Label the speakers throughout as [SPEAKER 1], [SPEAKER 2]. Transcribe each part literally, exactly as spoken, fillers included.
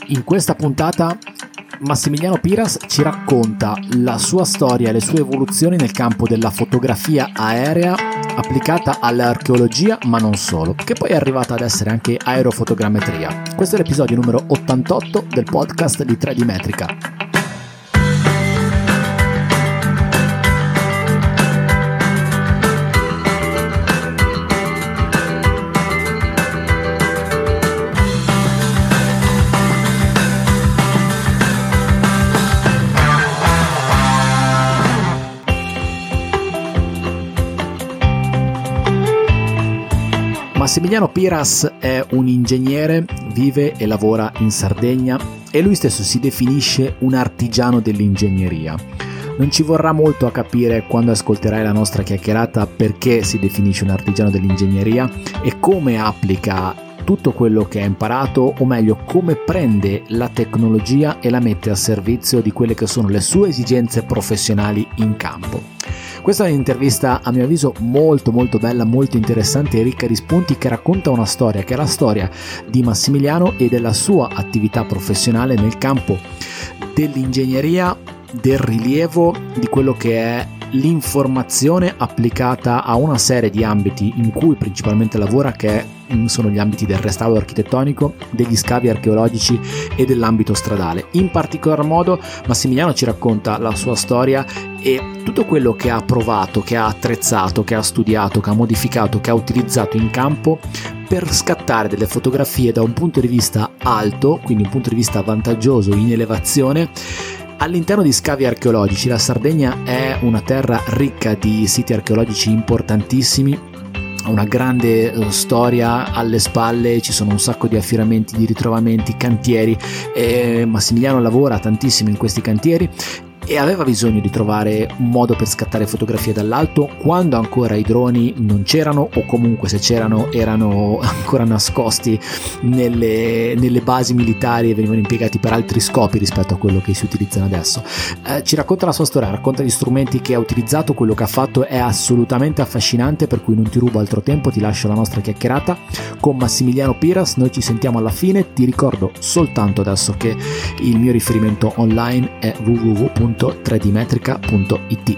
[SPEAKER 1] In questa puntata Massimiliano Piras ci racconta la sua storia e le sue evoluzioni nel campo della fotografia aerea applicata all'archeologia, ma non solo, che poi è arrivata ad essere anche aerofotogrammetria. Questo è l'episodio numero ottantotto del podcast di tre D Metrica. Massimiliano Piras è un ingegnere, vive e lavora in Sardegna e lui stesso si definisce un artigiano dell'ingegneria. Non ci vorrà molto a capire quando ascolterai la nostra chiacchierata perché si definisce un artigiano dell'ingegneria e come applica tutto quello che ha imparato, o meglio come prende la tecnologia e la mette a servizio di quelle che sono le sue esigenze professionali in campo. Questa è un'intervista a mio avviso molto molto bella, molto interessante e ricca di spunti, che racconta una storia che è la storia di Massimiliano e della sua attività professionale nel campo dell'ingegneria, del rilievo, di quello che è l'informazione applicata a una serie di ambiti in cui principalmente lavora, che sono gli ambiti del restauro architettonico, degli scavi archeologici e dell'ambito stradale. In particolar modo Massimiliano ci racconta la sua storia e tutto quello che ha provato, che ha attrezzato, che ha studiato, che ha modificato, che ha utilizzato in campo per scattare delle fotografie da un punto di vista alto, quindi un punto di vista vantaggioso in elevazione, all'interno di scavi archeologici. La Sardegna è una terra ricca di siti archeologici importantissimi, ha una grande uh, storia alle spalle, ci sono un sacco di affioramenti, di ritrovamenti, cantieri, e Massimiliano lavora tantissimo in questi cantieri e aveva bisogno di trovare un modo per scattare fotografie dall'alto quando ancora i droni non c'erano, o comunque se c'erano erano ancora nascosti nelle, nelle basi militari e venivano impiegati per altri scopi rispetto a quello che si utilizzano adesso. Eh, ci racconta la sua storia, racconta gli strumenti che ha utilizzato, quello che ha fatto è assolutamente affascinante, per cui non ti rubo altro tempo, ti lascio la nostra chiacchierata con Massimiliano Piras. Noi ci sentiamo alla fine. Ti ricordo soltanto adesso che il mio riferimento online è w w w punto tre d metrica punto i t.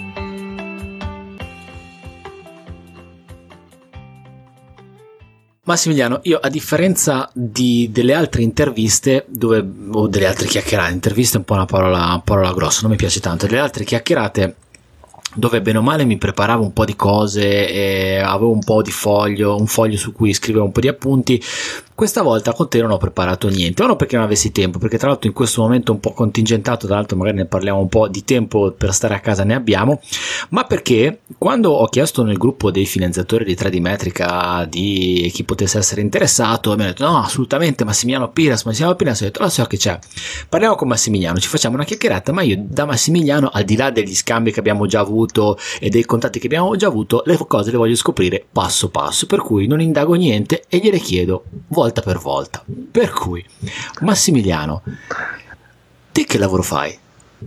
[SPEAKER 1] Massimiliano, io a differenza di delle altre interviste dove, o delle altre chiacchierate, interviste è un po' una parola, una parola grossa, non mi piace tanto, delle altre chiacchierate dove bene o male mi preparavo un po' di cose e avevo un po' di foglio, un foglio su cui scrivevo un po' di appunti. Questa volta con te non ho preparato niente, uno perché non avessi tempo, perché tra l'altro in questo momento un po' contingentato, tra l'altro magari ne parliamo un po', di tempo per stare a casa ne abbiamo, ma perché quando ho chiesto nel gruppo dei finanziatori di tre D Metrica di chi potesse essere interessato, mi hanno detto no, assolutamente Massimiliano Piras, Massimiliano Piras, ho detto lo so che c'è, parliamo con Massimiliano, ci facciamo una chiacchierata, ma io da Massimiliano, al di là degli scambi che abbiamo già avuto e dei contatti che abbiamo già avuto, le cose le voglio scoprire passo passo, per cui non indago niente e gliele chiedo volta per volta. Per cui Massimiliano, te che lavoro fai?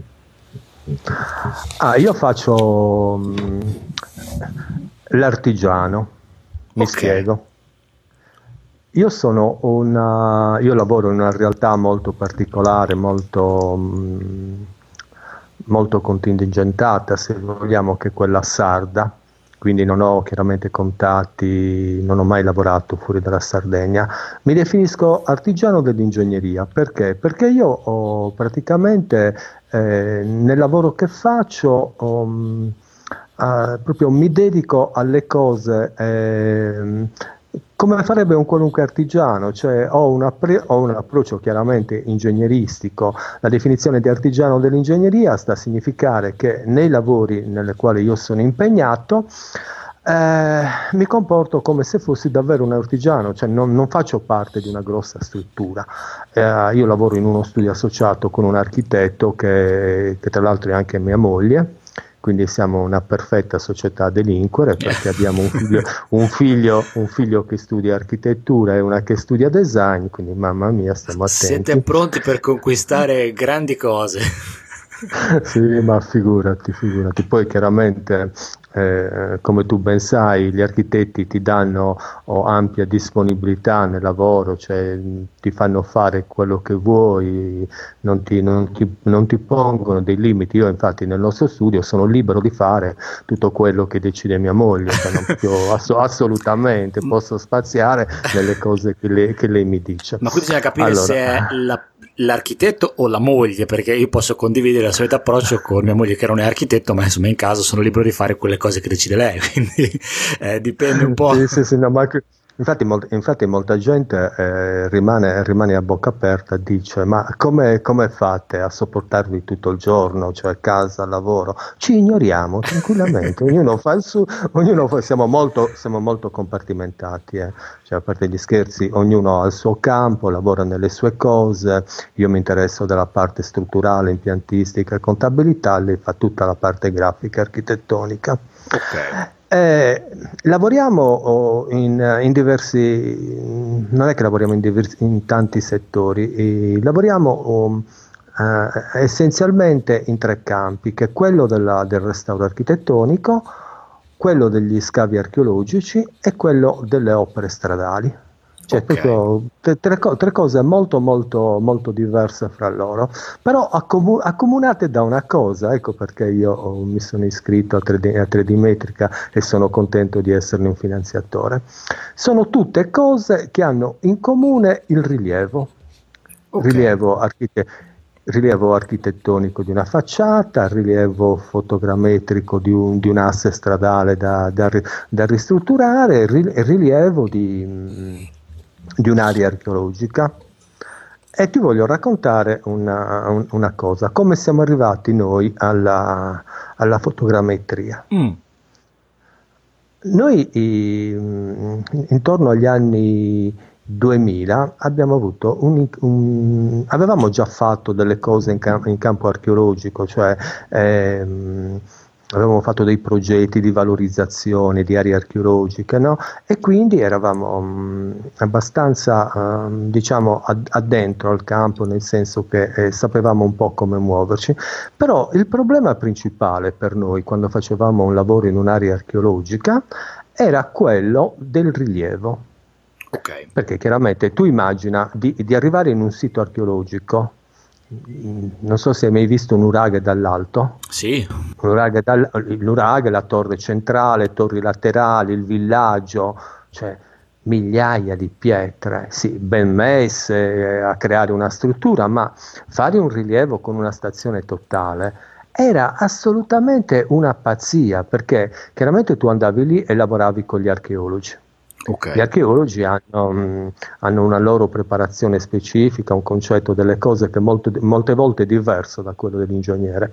[SPEAKER 2] Ah, io faccio um, l'artigiano, mi
[SPEAKER 1] okay.
[SPEAKER 2] spiego. Io sono una io lavoro in una realtà molto particolare, molto um, molto contingentata, se vogliamo, che è quella sarda. Quindi non ho chiaramente contatti, non ho mai lavorato fuori dalla Sardegna. Mi definisco artigiano dell'ingegneria. Perché? Perché io ho praticamente eh, nel lavoro che faccio um, uh, proprio mi dedico alle cose eh, come farebbe un qualunque artigiano, cioè ho un, appre- ho un approccio chiaramente ingegneristico. La definizione di artigiano dell'ingegneria sta a significare che nei lavori nei quali io sono impegnato eh, mi comporto come se fossi davvero un artigiano, cioè non, non faccio parte di una grossa struttura. Eh, io lavoro in uno studio associato con un architetto che, che tra l'altro è anche mia moglie. Quindi siamo una perfetta società a delinquere, perché abbiamo un figlio, un, figlio, un figlio che studia architettura e una che studia design, quindi mamma mia, stiamo attenti.
[SPEAKER 1] Siete pronti per conquistare grandi cose.
[SPEAKER 2] Sì, ma figurati, figurati. Poi chiaramente Eh, come tu ben sai, gli architetti ti danno oh, ampia disponibilità nel lavoro, cioè ti fanno fare quello che vuoi, non ti, non ti, non ti pongono dei limiti. Io infatti nel nostro studio sono libero di fare tutto quello che decide mia moglie, cioè non proprio, ass- assolutamente, posso spaziare nelle cose che lei, che lei mi dice.
[SPEAKER 1] Ma quindi bisogna capire
[SPEAKER 2] Allora,
[SPEAKER 1] se è la, l'architetto o la moglie, perché io posso condividere il solito approccio con mia moglie che non è architetto, ma insomma in caso sono libero di fare quelle cose che decide lei, quindi eh, dipende un po'.
[SPEAKER 2] Sì, sì, sì, no, ma che- infatti, mol- infatti molta gente eh, rimane, rimane a bocca aperta e dice: ma come, come fate a sopportarvi tutto il giorno, cioè casa, lavoro? Ci ignoriamo tranquillamente, ognuno fa il suo, ognuno fa- siamo molto, siamo molto compartimentati, eh. Cioè, a parte gli scherzi, ognuno ha il suo campo, lavora nelle sue cose. Io mi interesso della parte strutturale, impiantistica e contabilità, lei fa tutta la parte grafica e architettonica.
[SPEAKER 1] Ok.
[SPEAKER 2] Eh, lavoriamo oh, in, in diversi, non è che lavoriamo in, diversi, in tanti settori, eh, lavoriamo oh, eh, essenzialmente in tre campi, che è quello della- del restauro architettonico, quello degli scavi archeologici e quello delle opere stradali. Cioè,
[SPEAKER 1] Ok.
[SPEAKER 2] proprio tre, tre co- tre cose molto molto molto diverse fra loro, però accomu- accomunate da una cosa. Ecco perché io oh, mi sono iscritto a tre D, a tre D Metrica e sono contento di esserne un finanziatore. Sono tutte cose che hanno in comune il rilievo,
[SPEAKER 1] Ok.
[SPEAKER 2] rilievo, archite- rilievo architettonico di una facciata, rilievo fotogrammetrico di un, di un asse stradale da, da ri- da ristrutturare, ri- rilievo di, mh, di un'area archeologica. E ti voglio raccontare una, un- una cosa, come siamo arrivati noi alla, alla fotogrammetria.
[SPEAKER 1] Mm.
[SPEAKER 2] Noi i- mh, intorno agli anni duemila abbiamo avuto un, un- avevamo già fatto delle cose in, cam- in campo archeologico, cioè ehm, avevamo fatto dei progetti di valorizzazione di aree archeologiche, no? E quindi eravamo mh, abbastanza ehm, diciamo ad- addentro al campo, nel senso che eh, sapevamo un po' come muoverci. Però il problema principale per noi quando facevamo un lavoro in un'area archeologica era quello del rilievo,
[SPEAKER 1] Ok.
[SPEAKER 2] perché chiaramente tu immagina di, di arrivare in un sito archeologico, mm, non so se hai mai visto un nuraghe dall'alto.
[SPEAKER 1] Sì.
[SPEAKER 2] Un nuraghe dal- il nuraghe, la torre centrale, torri laterali, il villaggio, cioè migliaia di pietre, sì, ben messe eh, a creare una struttura, ma fare un rilievo con una stazione totale era assolutamente una pazzia, perché chiaramente tu andavi lì e lavoravi con gli archeologi. Gli
[SPEAKER 1] Ok.
[SPEAKER 2] archeologi hanno, mh, hanno una loro preparazione specifica, un concetto delle cose che molto- molte volte è diverso da quello dell'ingegnere.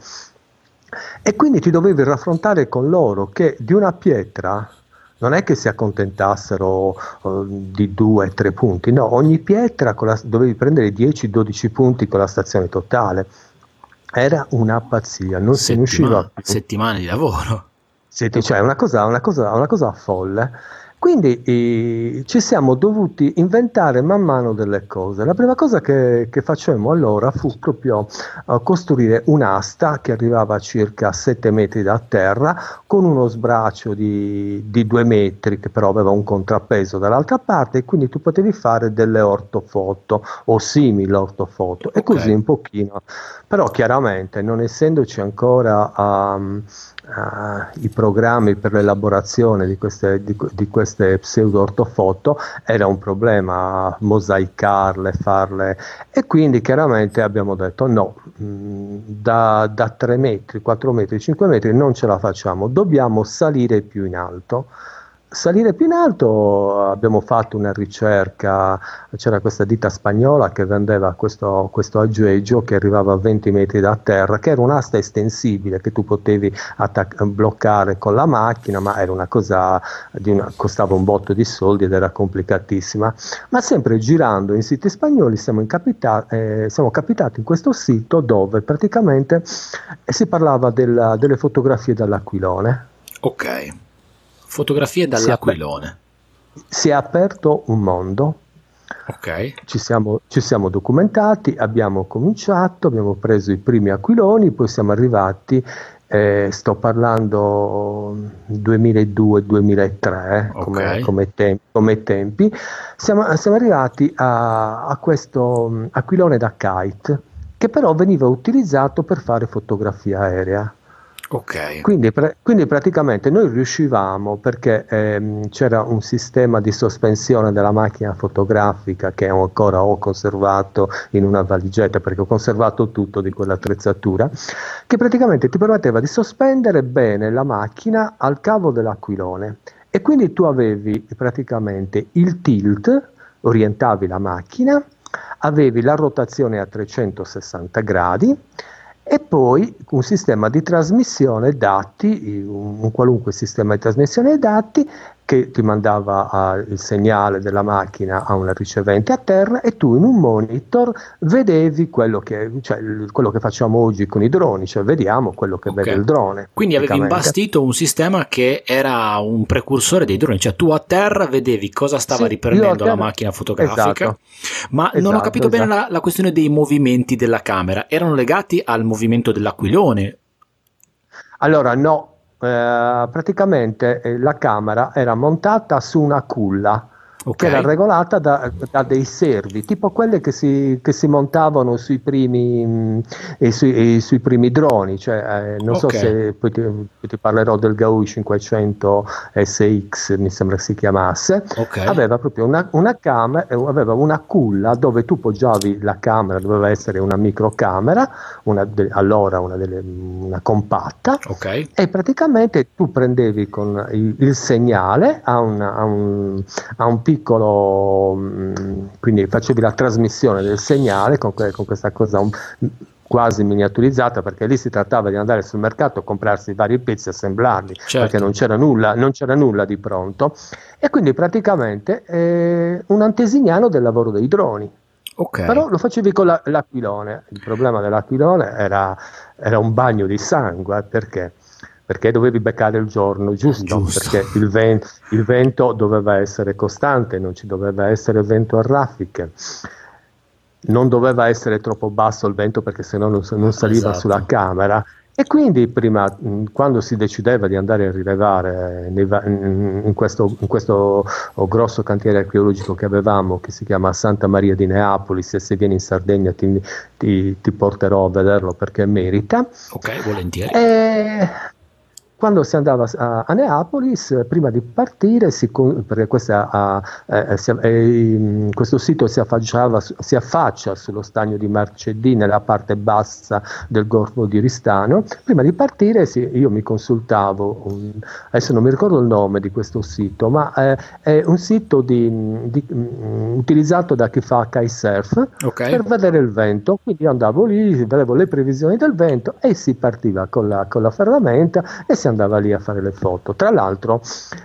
[SPEAKER 2] E quindi ti dovevi raffrontare con loro che di una pietra non è che si accontentassero eh, di due, tre punti, no, ogni pietra con la- dovevi prendere dieci dodici punti con la stazione totale. Era una pazzia, non se ne usciva
[SPEAKER 1] Settima-
[SPEAKER 2] più.
[SPEAKER 1] settimane di lavoro.
[SPEAKER 2] Sì, cioè una cosa, una cosa, una cosa folle. Quindi eh, ci siamo dovuti inventare man mano delle cose. La prima cosa che, che facemmo allora fu proprio eh, costruire un'asta che arrivava a circa sette metri da terra, con uno sbraccio di, di due metri che però aveva un contrappeso dall'altra parte, e quindi tu potevi fare delle ortofoto o simili ortofoto e
[SPEAKER 1] Ok.
[SPEAKER 2] così un pochino. Però chiaramente non essendoci ancora um, uh, i programmi per l'elaborazione di queste, di, di queste pseudo ortofoto, era un problema mosaicarle, farle, e quindi chiaramente abbiamo detto no, mh, da, da tre metri, quattro metri, cinque metri non ce la facciamo, dobbiamo salire più in alto. Salire più in alto, abbiamo fatto una ricerca, c'era questa ditta spagnola che vendeva questo, questo aggeggio che arrivava a venti metri da terra, che era un'asta estensibile che tu potevi attac- bloccare con la macchina, ma era una cosa, di una, costava un botto di soldi ed era complicatissima. Ma sempre girando in siti spagnoli siamo, incapita- eh, siamo capitati in questo sito dove praticamente eh, si parlava della- delle fotografie dall'aquilone.
[SPEAKER 1] Ok. Fotografie
[SPEAKER 2] Si è, aper-
[SPEAKER 1] dall'aquilone.
[SPEAKER 2] si è aperto un mondo.
[SPEAKER 1] Ok.
[SPEAKER 2] Ci siamo, ci siamo documentati, abbiamo cominciato, abbiamo preso i primi aquiloni, poi siamo arrivati Eh, sto parlando duemiladue-duemilatré, eh, come,
[SPEAKER 1] Ok.
[SPEAKER 2] come, tem- come tempi. Siamo, siamo arrivati a, a questo mm, aquilone da kite, che però veniva utilizzato per fare fotografia aerea.
[SPEAKER 1] Ok.
[SPEAKER 2] Quindi, pra- quindi praticamente noi riuscivamo, perché ehm, c'era un sistema di sospensione della macchina fotografica che ancora ho conservato in una valigetta, perché ho conservato tutto di quell'attrezzatura, che praticamente ti permetteva di sospendere bene la macchina al cavo dell'aquilone. E quindi tu avevi praticamente il tilt, orientavi la macchina, avevi la rotazione a trecentosessanta gradi e poi un sistema di trasmissione dati, un, un qualunque sistema di trasmissione dati che ti mandava ah, il segnale della macchina a una ricevente a terra, e tu in un monitor vedevi quello che, cioè, il- quello che facciamo oggi con i droni, cioè vediamo quello che vede
[SPEAKER 1] Ok.
[SPEAKER 2] il drone
[SPEAKER 1] Quindi avevi
[SPEAKER 2] praticamente.
[SPEAKER 1] imbastito un sistema che era un precursore dei droni, cioè tu a terra vedevi cosa stava
[SPEAKER 2] Sì, io a
[SPEAKER 1] riprendendo la
[SPEAKER 2] terra,
[SPEAKER 1] macchina fotografica,
[SPEAKER 2] esatto,
[SPEAKER 1] ma non ho
[SPEAKER 2] esatto,
[SPEAKER 1] capito bene
[SPEAKER 2] esatto.
[SPEAKER 1] la, la questione dei movimenti della camera. Erano legati al movimento dell'aquilone?
[SPEAKER 2] Allora, no, eh, praticamente eh, la camera era montata su una culla
[SPEAKER 1] Ok,
[SPEAKER 2] che era regolata da, da dei servi, tipo quelle che si, che si montavano sui primi, mh, e sui, e sui primi droni. Cioè, eh, non so
[SPEAKER 1] ok,
[SPEAKER 2] se poi ti, poi ti parlerò del Gaui cinquecento S X, mi sembra si chiamasse.
[SPEAKER 1] ok,
[SPEAKER 2] Aveva proprio una, una camera, aveva una culla dove tu poggiavi la camera, doveva essere una microcamera, una de- allora una, delle, una compatta,
[SPEAKER 1] ok,
[SPEAKER 2] e praticamente tu prendevi con il, il segnale a, una- a un, a un piccolo, mh, quindi facevi la trasmissione del segnale con, que- con questa cosa un- quasi miniaturizzata, perché lì si trattava di andare sul mercato a comprarsi vari pezzi e assemblarli, perché
[SPEAKER 1] certo,
[SPEAKER 2] non c'era nulla, non c'era nulla di pronto, e quindi praticamente eh, un antesignano del lavoro dei droni.
[SPEAKER 1] ok,
[SPEAKER 2] Però lo facevi con la- l'aquilone. Il problema dell'aquilone era, era un bagno di sangue, eh, perché? Perché dovevi beccare il giorno giusto,
[SPEAKER 1] giusto.
[SPEAKER 2] perché il, ven- il vento doveva essere costante, non ci doveva essere vento a raffiche, non doveva essere troppo basso il vento perché sennò non, non saliva sulla
[SPEAKER 1] Esatto.
[SPEAKER 2] camera. E quindi prima, mh, quando si decideva di andare a rilevare nei va- in in questo, in questo oh, grosso cantiere archeologico che avevamo, che si chiama Santa Maria di Neapolis, e se vieni in Sardegna ti, ti- ti porterò a vederlo perché merita.
[SPEAKER 1] Ok, volentieri.
[SPEAKER 2] E quando si andava a, a Neapolis, eh, prima di partire, si con- perché questa, ah, eh, si- eh, questo sito si affacciava su- si affaccia sullo stagno di Marcedì, nella parte bassa del Golfo di Ristano. Prima di partire si- io mi consultavo, un- adesso non mi ricordo il nome di questo sito, ma eh, è un sito di- di- mm, utilizzato da chi fa kitesurf
[SPEAKER 1] Ok,
[SPEAKER 2] per vedere il vento. Quindi io andavo lì, vedevo le previsioni del vento e si partiva con la, con la ferramenta e si andava lì a fare le foto. Tra l'altro,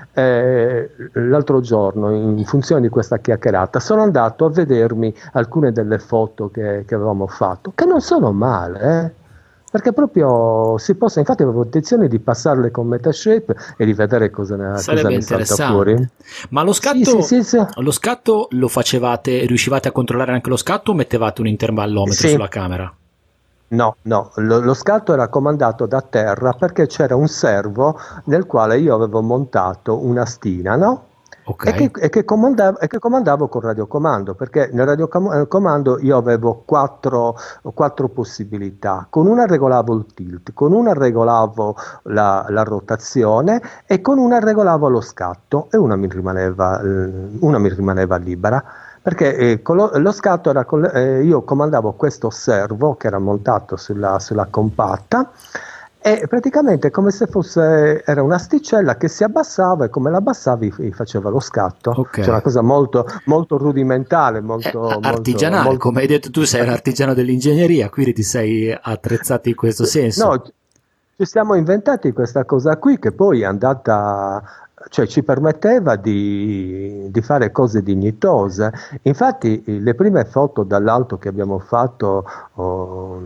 [SPEAKER 2] eh, l'altro giorno, in funzione di questa chiacchierata, sono andato a vedermi alcune delle foto che, che avevamo fatto, che non sono male, eh. Perché proprio si possa, infatti avevo intenzione di passarle con Metashape e di vedere cosa ne, cosa
[SPEAKER 1] sarebbe
[SPEAKER 2] ne salta fuori.
[SPEAKER 1] interessante. Ma lo
[SPEAKER 2] Sì, sì,
[SPEAKER 1] scatto,
[SPEAKER 2] sì, sì.
[SPEAKER 1] lo scatto lo facevate, riuscivate a controllare anche lo scatto o mettevate un intervallometro
[SPEAKER 2] Sì.
[SPEAKER 1] sulla camera?
[SPEAKER 2] No, no, lo, lo scatto era comandato da terra perché c'era un servo nel quale io avevo montato una stina, no?
[SPEAKER 1] Ok,
[SPEAKER 2] E che, e che comandavo, e che comandavo con radiocomando, perché nel radiocomando io avevo quattro, quattro possibilità. Con una regolavo il tilt, con una regolavo la, la rotazione e con una regolavo lo scatto, e una mi rimaneva, eh, una mi rimaneva libera. Perché eh, con lo, lo scatto era con, eh, io comandavo questo servo che era montato sulla, sulla compatta, e praticamente è come se fosse era un'asticella che si abbassava, e come la abbassavi f- faceva lo scatto.
[SPEAKER 1] ok.
[SPEAKER 2] Cioè una cosa molto, molto rudimentale,
[SPEAKER 1] È
[SPEAKER 2] molto, molto,
[SPEAKER 1] artigianale,
[SPEAKER 2] molto.
[SPEAKER 1] come hai detto tu sei un artigiano dell'ingegneria, quindi ti sei attrezzato in questo senso.
[SPEAKER 2] No, ci siamo inventati questa cosa qui che poi è andata cioè ci permetteva di, di fare cose dignitose. Infatti le prime foto dall'alto che abbiamo fatto oh,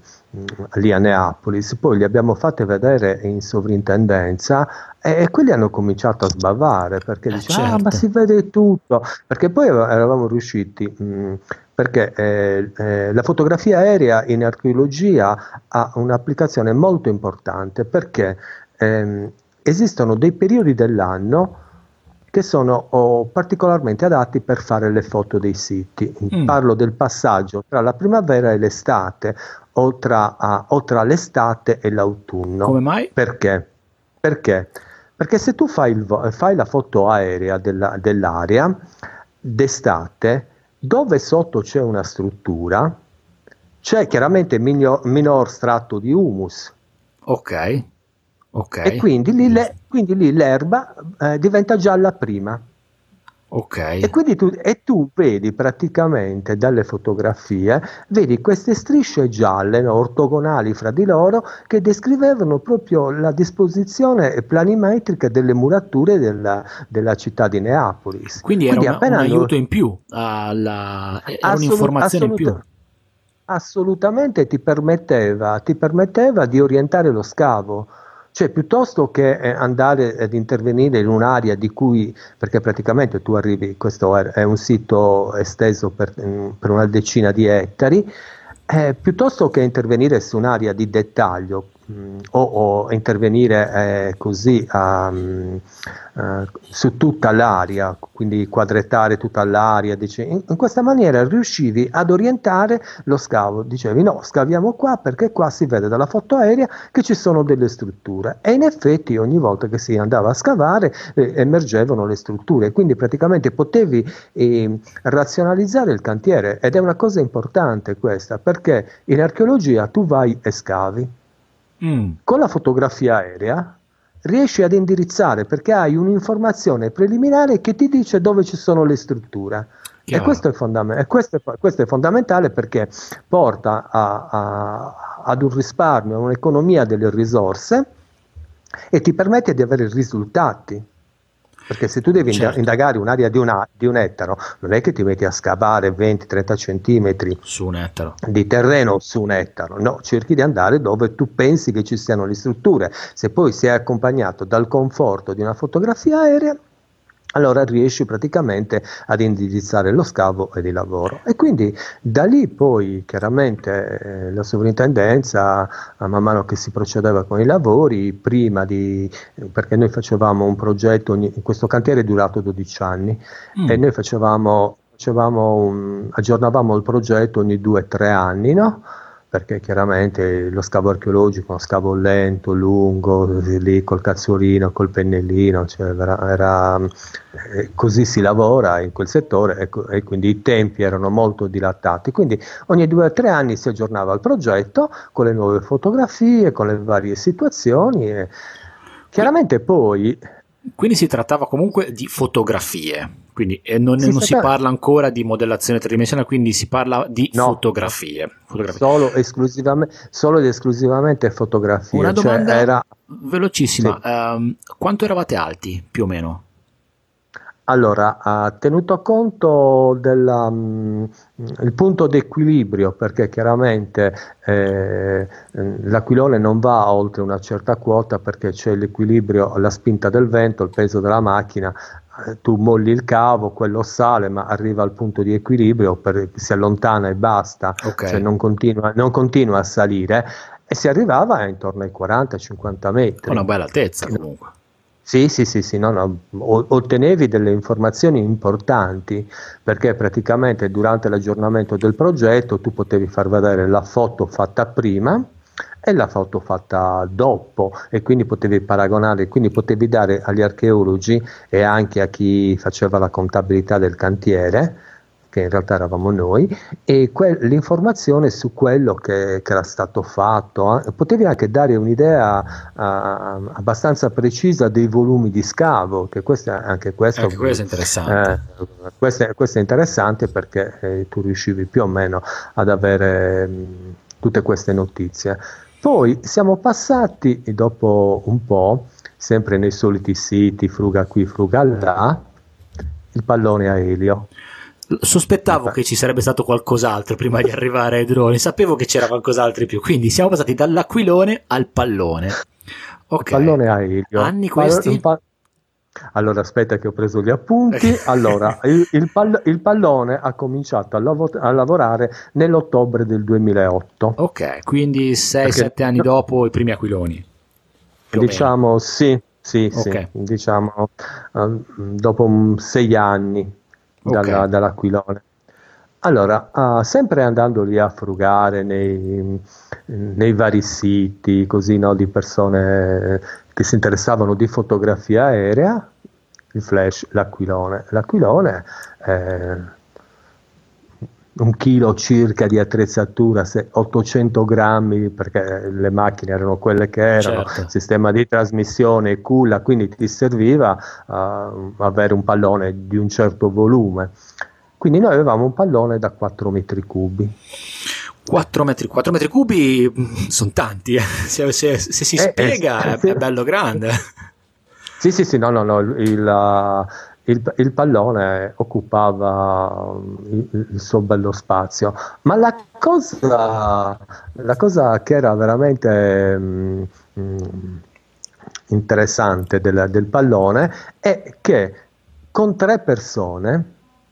[SPEAKER 2] lì a Neapolis, poi le abbiamo fatte vedere in sovrintendenza e, e quelli hanno cominciato a sbavare perché
[SPEAKER 1] Eh,
[SPEAKER 2] dicevano, ah, ma
[SPEAKER 1] certo.
[SPEAKER 2] si vede tutto, perché poi eravamo riusciti, mh, perché eh, eh, la fotografia aerea in archeologia ha un'applicazione molto importante perché ehm, esistono dei periodi dell'anno che sono oh, particolarmente adatti per fare le foto dei siti.
[SPEAKER 1] Mm,
[SPEAKER 2] Parlo del passaggio tra la primavera e l'estate, o tra, ah, o tra l'estate e
[SPEAKER 1] come
[SPEAKER 2] l'autunno.
[SPEAKER 1] mai?
[SPEAKER 2] Perché? Perché? Perché se tu fai, il vo- fai la foto aerea della- dell'area d'estate, dove sotto c'è una struttura, c'è chiaramente minio- minor strato di humus.
[SPEAKER 1] Ok, ok,
[SPEAKER 2] E quindi lì,
[SPEAKER 1] giusto.
[SPEAKER 2] le- quindi lì l'erba eh, diventa gialla prima.
[SPEAKER 1] Ok.
[SPEAKER 2] E quindi tu, e tu vedi praticamente dalle fotografie, vedi queste strisce gialle, no, ortogonali fra di loro, che descrivevano proprio la disposizione planimetrica delle murature della, della città di Neapolis.
[SPEAKER 1] Quindi era
[SPEAKER 2] Quindi
[SPEAKER 1] una- un
[SPEAKER 2] appena hanno
[SPEAKER 1] aiuto in più, alla- era
[SPEAKER 2] assolut-
[SPEAKER 1] un'informazione in più.
[SPEAKER 2] assolut- assolutamente ti permetteva, ti permetteva di orientare lo scavo. Cioè, piuttosto che eh, andare ad intervenire in un'area di cui, perché praticamente tu arrivi, questo è, è un sito esteso per, mm, per una decina di ettari, eh, piuttosto che intervenire su un'area di dettaglio mh, o, o intervenire eh, così a, mh, eh, su tutta l'area, quindi quadrettare tutta l'area, dice, in, in questa maniera riuscivi ad orientare lo scavo. Dicevi no, scaviamo qua perché qua si vede dalla foto aerea che ci sono delle strutture e in effetti ogni volta che si andava a scavare eh, emergevano le strutture, quindi praticamente potevi eh, razionalizzare il cantiere ed è una cosa importante questa perché in archeologia tu vai e scavi.
[SPEAKER 1] Mm,
[SPEAKER 2] Con la fotografia aerea riesci ad indirizzare perché hai un'informazione preliminare che ti dice dove ci sono le strutture. E
[SPEAKER 1] chiaro.
[SPEAKER 2] questo è, fondam- e questo è, questo è fondamentale perché porta a- a- ad un risparmio, a un'economia delle risorse e ti permette di avere risultati. Perché se tu devi inda-
[SPEAKER 1] Certo,
[SPEAKER 2] indagare un'area di, una- di un ettaro, non è che ti metti a scavare venti trenta centimetri
[SPEAKER 1] su un ettaro.
[SPEAKER 2] di terreno su un ettaro, no, cerchi di andare dove tu pensi che ci siano le strutture. Se poi sei accompagnato dal conforto di una fotografia aerea, allora riesci praticamente ad indirizzare lo scavo ed il lavoro. E quindi da lì poi chiaramente eh, la sovrintendenza, eh, man mano che si procedeva con i lavori, prima di, perché noi facevamo un progetto, ogni- questo cantiere è durato dodici anni e
[SPEAKER 1] Mm,
[SPEAKER 2] noi facevamo, facevamo un- aggiornavamo il progetto ogni due o tre anni, no? Perché chiaramente lo scavo archeologico è uno scavo lento, lungo, lì col cazzolino, col pennellino, cioè era, era- eh, così si lavora in quel settore e, co- e quindi i tempi erano molto dilatati. Quindi ogni due o tre anni si aggiornava il progetto con le nuove fotografie, con le varie situazioni e
[SPEAKER 1] qui-
[SPEAKER 2] chiaramente poi
[SPEAKER 1] quindi si trattava comunque di fotografie, quindi e non,
[SPEAKER 2] si
[SPEAKER 1] non si
[SPEAKER 2] tratta,
[SPEAKER 1] parla ancora di modellazione tridimensionale, quindi si parla di
[SPEAKER 2] no,
[SPEAKER 1] fotografie. Fotografie.
[SPEAKER 2] solo, esclusivamente, solo ed esclusivamente
[SPEAKER 1] Una
[SPEAKER 2] fotografie, cioè
[SPEAKER 1] domanda
[SPEAKER 2] era...
[SPEAKER 1] velocissima,
[SPEAKER 2] Sì.
[SPEAKER 1] ehm, quanto eravate alti più o meno?
[SPEAKER 2] Allora, ha tenuto conto del punto d'equilibrio, perché chiaramente eh, l'aquilone non va oltre una certa quota perché c'è l'equilibrio, la spinta del vento, il peso della macchina, eh, tu molli il cavo, quello sale, ma arriva al punto di equilibrio, per, si allontana e basta,
[SPEAKER 1] Ok,
[SPEAKER 2] cioè non continua, non continua a salire e si arrivava intorno ai quaranta cinquanta
[SPEAKER 1] una
[SPEAKER 2] metri.
[SPEAKER 1] bella altezza comunque.
[SPEAKER 2] Sì, sì, sì, sì, no, no, o- ottenevi delle informazioni importanti perché praticamente durante l'aggiornamento del progetto tu potevi far vedere la foto fatta prima e la foto fatta dopo e quindi potevi paragonare, quindi potevi dare agli archeologi e anche a chi faceva la contabilità del cantiere, che in realtà eravamo noi, e que- l'informazione su quello che, che era stato fatto. eh. Potevi anche dare un'idea ah, abbastanza precisa dei volumi di scavo, che questo è- anche questo,
[SPEAKER 1] Anche questo è
[SPEAKER 2] eh,
[SPEAKER 1] interessante.
[SPEAKER 2] questo, è, questo è interessante perché eh, tu riuscivi più o meno ad avere mh, tutte queste notizie. Poi siamo passati, dopo un po', sempre nei soliti siti, fruga qui, fruga là, il pallone a elio.
[SPEAKER 1] Sospettavo che ci sarebbe stato qualcos'altro prima di arrivare ai droni, sapevo che c'era qualcos'altro in più, quindi siamo passati dall'aquilone al pallone. Ok.
[SPEAKER 2] Il pallone a elio.
[SPEAKER 1] Anni questi?
[SPEAKER 2] Pa- allora aspetta che ho preso gli appunti. Allora, il, il, pall- il pallone ha cominciato a, lav- a lavorare nell'ottobre del duemilaotto.
[SPEAKER 1] Ok, quindi sei sette anni dopo i primi aquiloni.
[SPEAKER 2] Diciamo sì, sì,
[SPEAKER 1] okay.
[SPEAKER 2] sì, diciamo uh, dopo sei anni dalla, okay. dall'aquilone. Allora, uh, sempre andando lì a frugare nei, nei vari siti, così, no, di persone che si interessavano di fotografia aerea, il flash, l'aquilone. L'aquilone è un chilo circa di attrezzatura, ottocento grammi, perché le macchine erano quelle che erano, certo. Sistema di trasmissione e culla, quindi ti serviva uh, avere un pallone di un certo volume. Quindi noi avevamo un pallone da quattro metri cubi.
[SPEAKER 1] quattro metri, quattro metri cubi sono tanti, eh. se, se, se si eh, spiega eh, è, è bello grande.
[SPEAKER 2] Sì, sì, sì, no, no, no, il, il, il pallone occupava il, il suo bello spazio, ma la cosa, la cosa che era veramente mm, interessante del, del pallone è che con tre persone,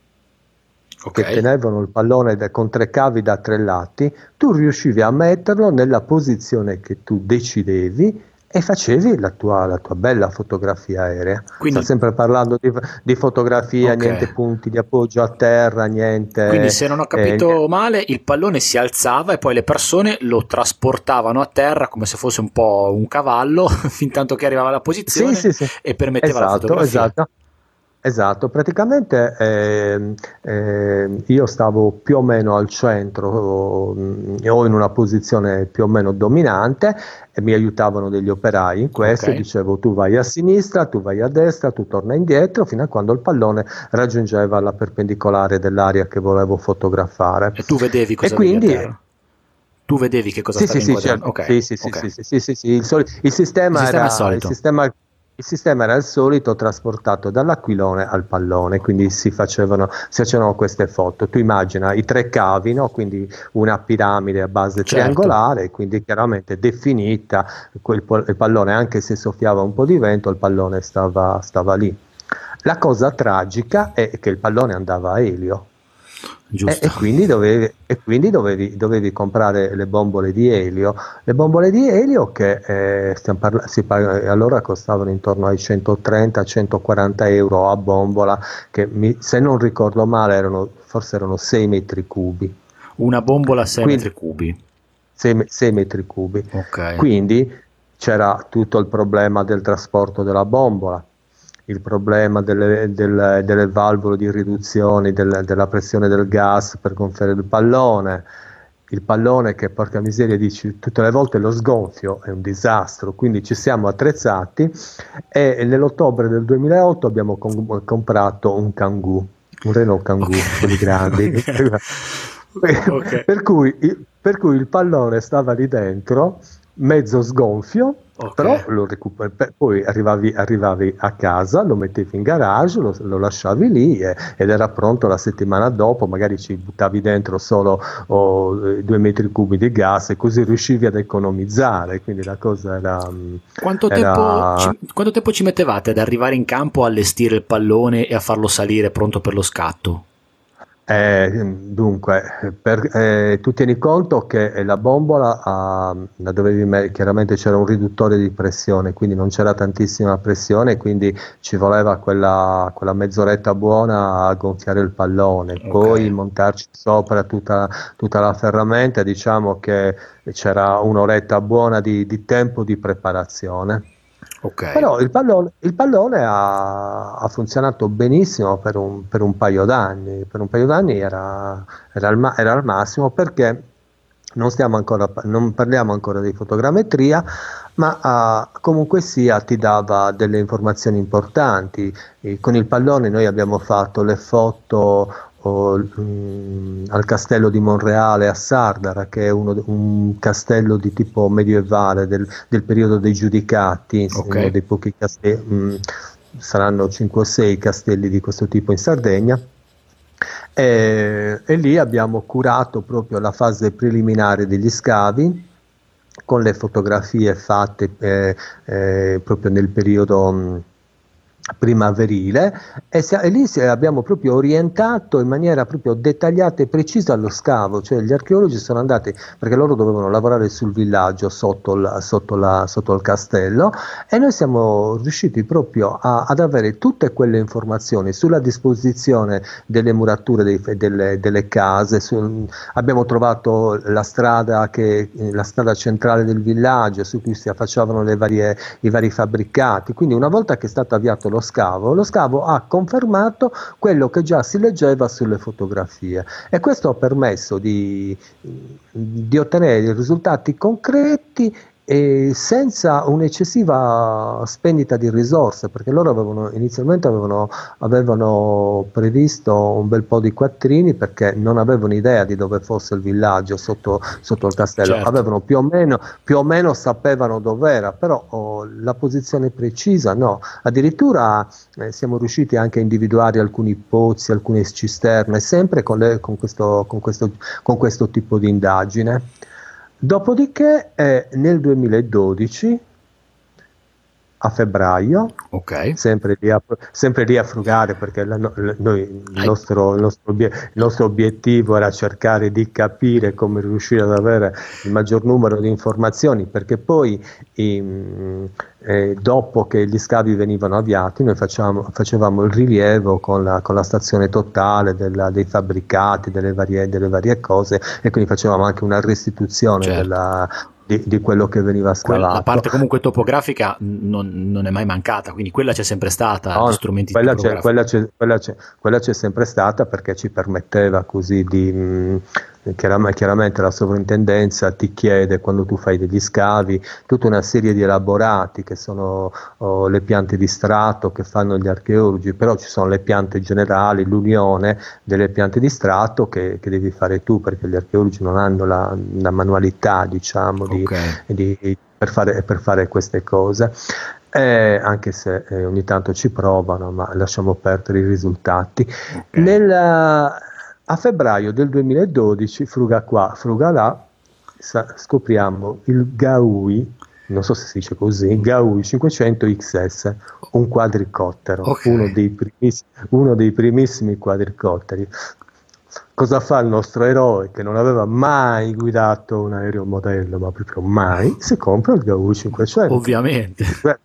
[SPEAKER 2] okay, che tenevano il pallone de, con tre cavi da tre lati, tu riuscivi a metterlo nella posizione che tu decidevi e facevi la tua, la tua bella fotografia aerea. Quindi, sta sempre parlando di, di fotografia, okay, niente punti di appoggio a terra, niente.
[SPEAKER 1] Quindi, se non ho capito eh, male, il pallone si alzava e poi le persone lo trasportavano a terra come se fosse un po' un cavallo fin tanto che arrivava alla posizione, sì, sì, sì, e permetteva, esatto, la fotografia.
[SPEAKER 2] Esatto. Esatto, praticamente eh, eh, io stavo più o meno al centro o, o in una posizione più o meno dominante e mi aiutavano degli operai in questo, okay, dicevo tu vai a sinistra, tu vai a destra, tu torna indietro fino a quando il pallone raggiungeva la perpendicolare dell'area che volevo fotografare.
[SPEAKER 1] E tu vedevi cosa
[SPEAKER 2] e quindi,
[SPEAKER 1] a terra? Tu vedevi che cosa
[SPEAKER 2] sì,
[SPEAKER 1] stavi
[SPEAKER 2] sì,
[SPEAKER 1] inquadrando?
[SPEAKER 2] Sì,
[SPEAKER 1] okay,
[SPEAKER 2] sì, sì,
[SPEAKER 1] okay.
[SPEAKER 2] sì, sì, sì, sì, il, soli- il sistema
[SPEAKER 1] il sistema
[SPEAKER 2] era
[SPEAKER 1] è solito.
[SPEAKER 2] il sistema Il sistema era il solito, trasportato dall'aquilone al pallone, quindi si facevano, si facevano queste foto. Tu immagina i tre cavi, no? Quindi una piramide a base, certo, triangolare, quindi chiaramente definita, quel, il pallone, anche se soffiava un po' di vento, il pallone stava, stava lì. La cosa tragica è che il pallone andava a elio. E, e quindi, dovevi, e quindi dovevi, dovevi comprare le bombole di elio, le bombole di elio che eh, stiamo parla- si parla- allora costavano intorno ai centotrenta centoquaranta euro a bombola, che mi, se non ricordo male erano, forse erano sei metri cubi.
[SPEAKER 1] Una bombola a sei metri cubi?
[SPEAKER 2] sei metri cubi.
[SPEAKER 1] Okay.
[SPEAKER 2] Quindi c'era tutto il problema del trasporto della bombola, il problema delle, delle, delle valvole di riduzione del, della pressione del gas per gonfiare il pallone, il pallone che, porca miseria, dici tutte le volte lo sgonfio è un disastro, quindi ci siamo attrezzati e nell'ottobre del duemilaotto abbiamo com- comprato un Kangoo, un Renault Kangoo, okay, quelli grandi. Okay. per, cui, per cui il pallone stava lì dentro mezzo sgonfio, okay, però lo recuperi, poi arrivavi, arrivavi a casa, lo mettevi in garage, lo, lo lasciavi lì e, ed era pronto la settimana dopo, magari ci buttavi dentro solo oh, due metri cubi di gas e così riuscivi ad economizzare, quindi la cosa era...
[SPEAKER 1] Quanto,
[SPEAKER 2] era...
[SPEAKER 1] Tempo, ci, quanto tempo ci mettevate ad arrivare in campo a allestire il pallone e a farlo salire pronto per lo scatto?
[SPEAKER 2] Eh, dunque, per, eh, tu tieni conto che la bombola ah, la dovevi me- chiaramente c'era un riduttore di pressione, quindi non c'era tantissima pressione, quindi ci voleva quella, quella mezz'oretta buona a gonfiare il pallone, okay, poi montarci sopra tutta, tutta la ferramenta, diciamo che c'era un'oretta buona di, di tempo di preparazione.
[SPEAKER 1] Okay.
[SPEAKER 2] Però il pallone, il pallone ha, ha funzionato benissimo per un, per un paio d'anni, per un paio d'anni era, era, al, ma, era al massimo, perché non, stiamo ancora, non parliamo ancora di fotogrammetria, ma uh, comunque sia ti dava delle informazioni importanti. E con il pallone noi abbiamo fatto le foto oh, mh, al castello di Monreale a Sardara, che è uno, un castello di tipo medievale del, del periodo dei Giudicati,
[SPEAKER 1] okay.
[SPEAKER 2] uno dei pochi castelli, mh, saranno cinque o sei castelli di questo tipo in Sardegna. E, e lì abbiamo curato proprio la fase preliminare degli scavi con le fotografie fatte eh, eh, proprio nel periodo mh, primaverile, e, se, e lì se abbiamo proprio orientato in maniera proprio dettagliata e precisa lo scavo, cioè gli archeologi sono andati, perché loro dovevano lavorare sul villaggio sotto, la, sotto, la, sotto il castello, e noi siamo riusciti proprio a, ad avere tutte quelle informazioni sulla disposizione delle murature dei, delle, delle case, su, abbiamo trovato la strada, che, la strada centrale del villaggio su cui si affacciavano le varie, i vari fabbricati, quindi una volta che è stato avviato lo scavo, lo scavo ha confermato quello che già si leggeva sulle fotografie, e questo ha permesso di, di ottenere risultati concreti e senza un'eccessiva spendita di risorse, perché loro avevano, inizialmente avevano, avevano previsto un bel po' di quattrini, perché non avevano idea di dove fosse il villaggio sotto, sotto il castello,
[SPEAKER 1] certo.
[SPEAKER 2] avevano più o meno, più o meno sapevano dov'era, però oh, la posizione precisa no, addirittura eh, siamo riusciti anche a individuare alcuni pozzi, alcune cisterne, sempre con, le, con, questo, con, questo, con questo tipo di indagine. Dopodiché eh, nel duemiladodici, a febbraio,
[SPEAKER 1] okay.
[SPEAKER 2] sempre, lì a, sempre lì a frugare, perché la, noi, il, nostro, il, nostro obie, il nostro obiettivo era cercare di capire come riuscire ad avere il maggior numero di informazioni, perché poi in, eh, dopo che gli scavi venivano avviati noi facciamo, facevamo il rilievo con la, con la stazione totale della, dei fabbricati, delle varie, delle varie cose, e quindi facevamo anche una restituzione
[SPEAKER 1] certo.
[SPEAKER 2] della Di, di quello che veniva scavato.
[SPEAKER 1] La parte comunque topografica non, non è mai mancata, quindi quella c'è sempre stata,
[SPEAKER 2] no,
[SPEAKER 1] gli strumenti
[SPEAKER 2] quella c'è,
[SPEAKER 1] topografici.
[SPEAKER 2] quella, c'è, quella, c'è, quella c'è sempre stata, perché ci permetteva così di mh, chiaramente, chiaramente la sovrintendenza ti chiede, quando tu fai degli scavi, tutta una serie di elaborati che sono oh, le piante di strato che fanno gli archeologi, però ci sono le piante generali, l'unione delle piante di strato che, che devi fare tu, perché gli archeologi non hanno la, la manualità, diciamo, di,
[SPEAKER 1] okay.
[SPEAKER 2] di, per, fare, per fare queste cose. Eh, anche se eh, ogni tanto ci provano, ma lasciamo perdere i risultati.
[SPEAKER 1] Okay.
[SPEAKER 2] Nel, a febbraio del duemiladodici, fruga qua, fruga là, sa, scopriamo il Gaui, non so se si dice così, Gaui cinquecento X S, un quadricottero,
[SPEAKER 1] okay.
[SPEAKER 2] uno, dei primis, uno dei primissimi quadricotteri. Cosa fa il nostro eroe, che non aveva mai guidato un aeromodello, ma proprio mai? Si compra il Gaui cinquecento.
[SPEAKER 1] Ovviamente.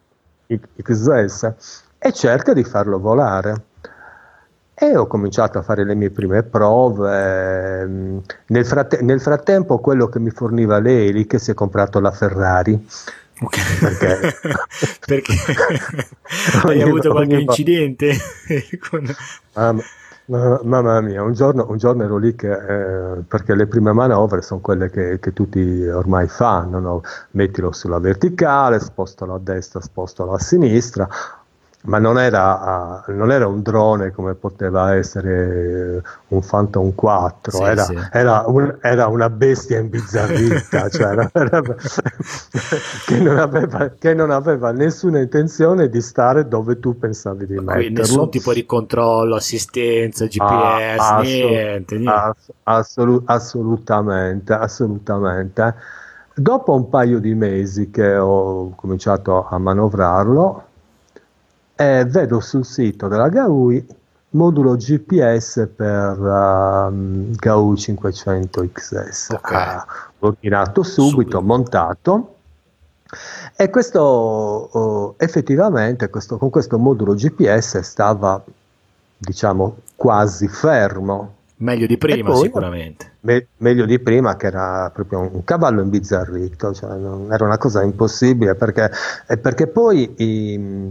[SPEAKER 2] X S, e cerca di farlo volare. E ho cominciato a fare le mie prime prove. Nel, fratte- nel frattempo quello che mi forniva lei, che si è comprato la Ferrari.
[SPEAKER 1] Okay.
[SPEAKER 2] Perché,
[SPEAKER 1] perché hai
[SPEAKER 2] ogni,
[SPEAKER 1] avuto qualche
[SPEAKER 2] ogni...
[SPEAKER 1] incidente? con...
[SPEAKER 2] um, Mamma mia, un giorno, un giorno ero lì che, eh, perché le prime manovre sono quelle che, che tutti ormai fanno, no? Mettilo sulla verticale, spostalo a destra, spostalo a sinistra, ma non era, uh, non era un drone come poteva essere un Phantom quattro,
[SPEAKER 1] sì,
[SPEAKER 2] era,
[SPEAKER 1] sì.
[SPEAKER 2] Era, un, era una bestia imbizzarrita, cioè, era, era, che, non aveva, che non aveva nessuna intenzione di stare dove tu pensavi di
[SPEAKER 1] Qui
[SPEAKER 2] metterlo.
[SPEAKER 1] nessun tipo di controllo, assistenza, G P S,
[SPEAKER 2] ah,
[SPEAKER 1] niente, niente.
[SPEAKER 2] Ass- assolut- assolutamente, assolutamente. Dopo un paio di mesi che ho cominciato a manovrarlo, e vedo sul sito della Gaui modulo G P S per um, Gaui cinquecento X S.
[SPEAKER 1] Okay.
[SPEAKER 2] Ah, l'ho ordinato subito, subito, montato, e questo oh, effettivamente questo, con questo modulo G P S stava, diciamo, quasi fermo.
[SPEAKER 1] Meglio di prima,
[SPEAKER 2] poi,
[SPEAKER 1] sicuramente.
[SPEAKER 2] Me- meglio di prima, che era proprio un cavallo imbizzarrito, cioè non, era una cosa impossibile, perché, eh, perché poi i,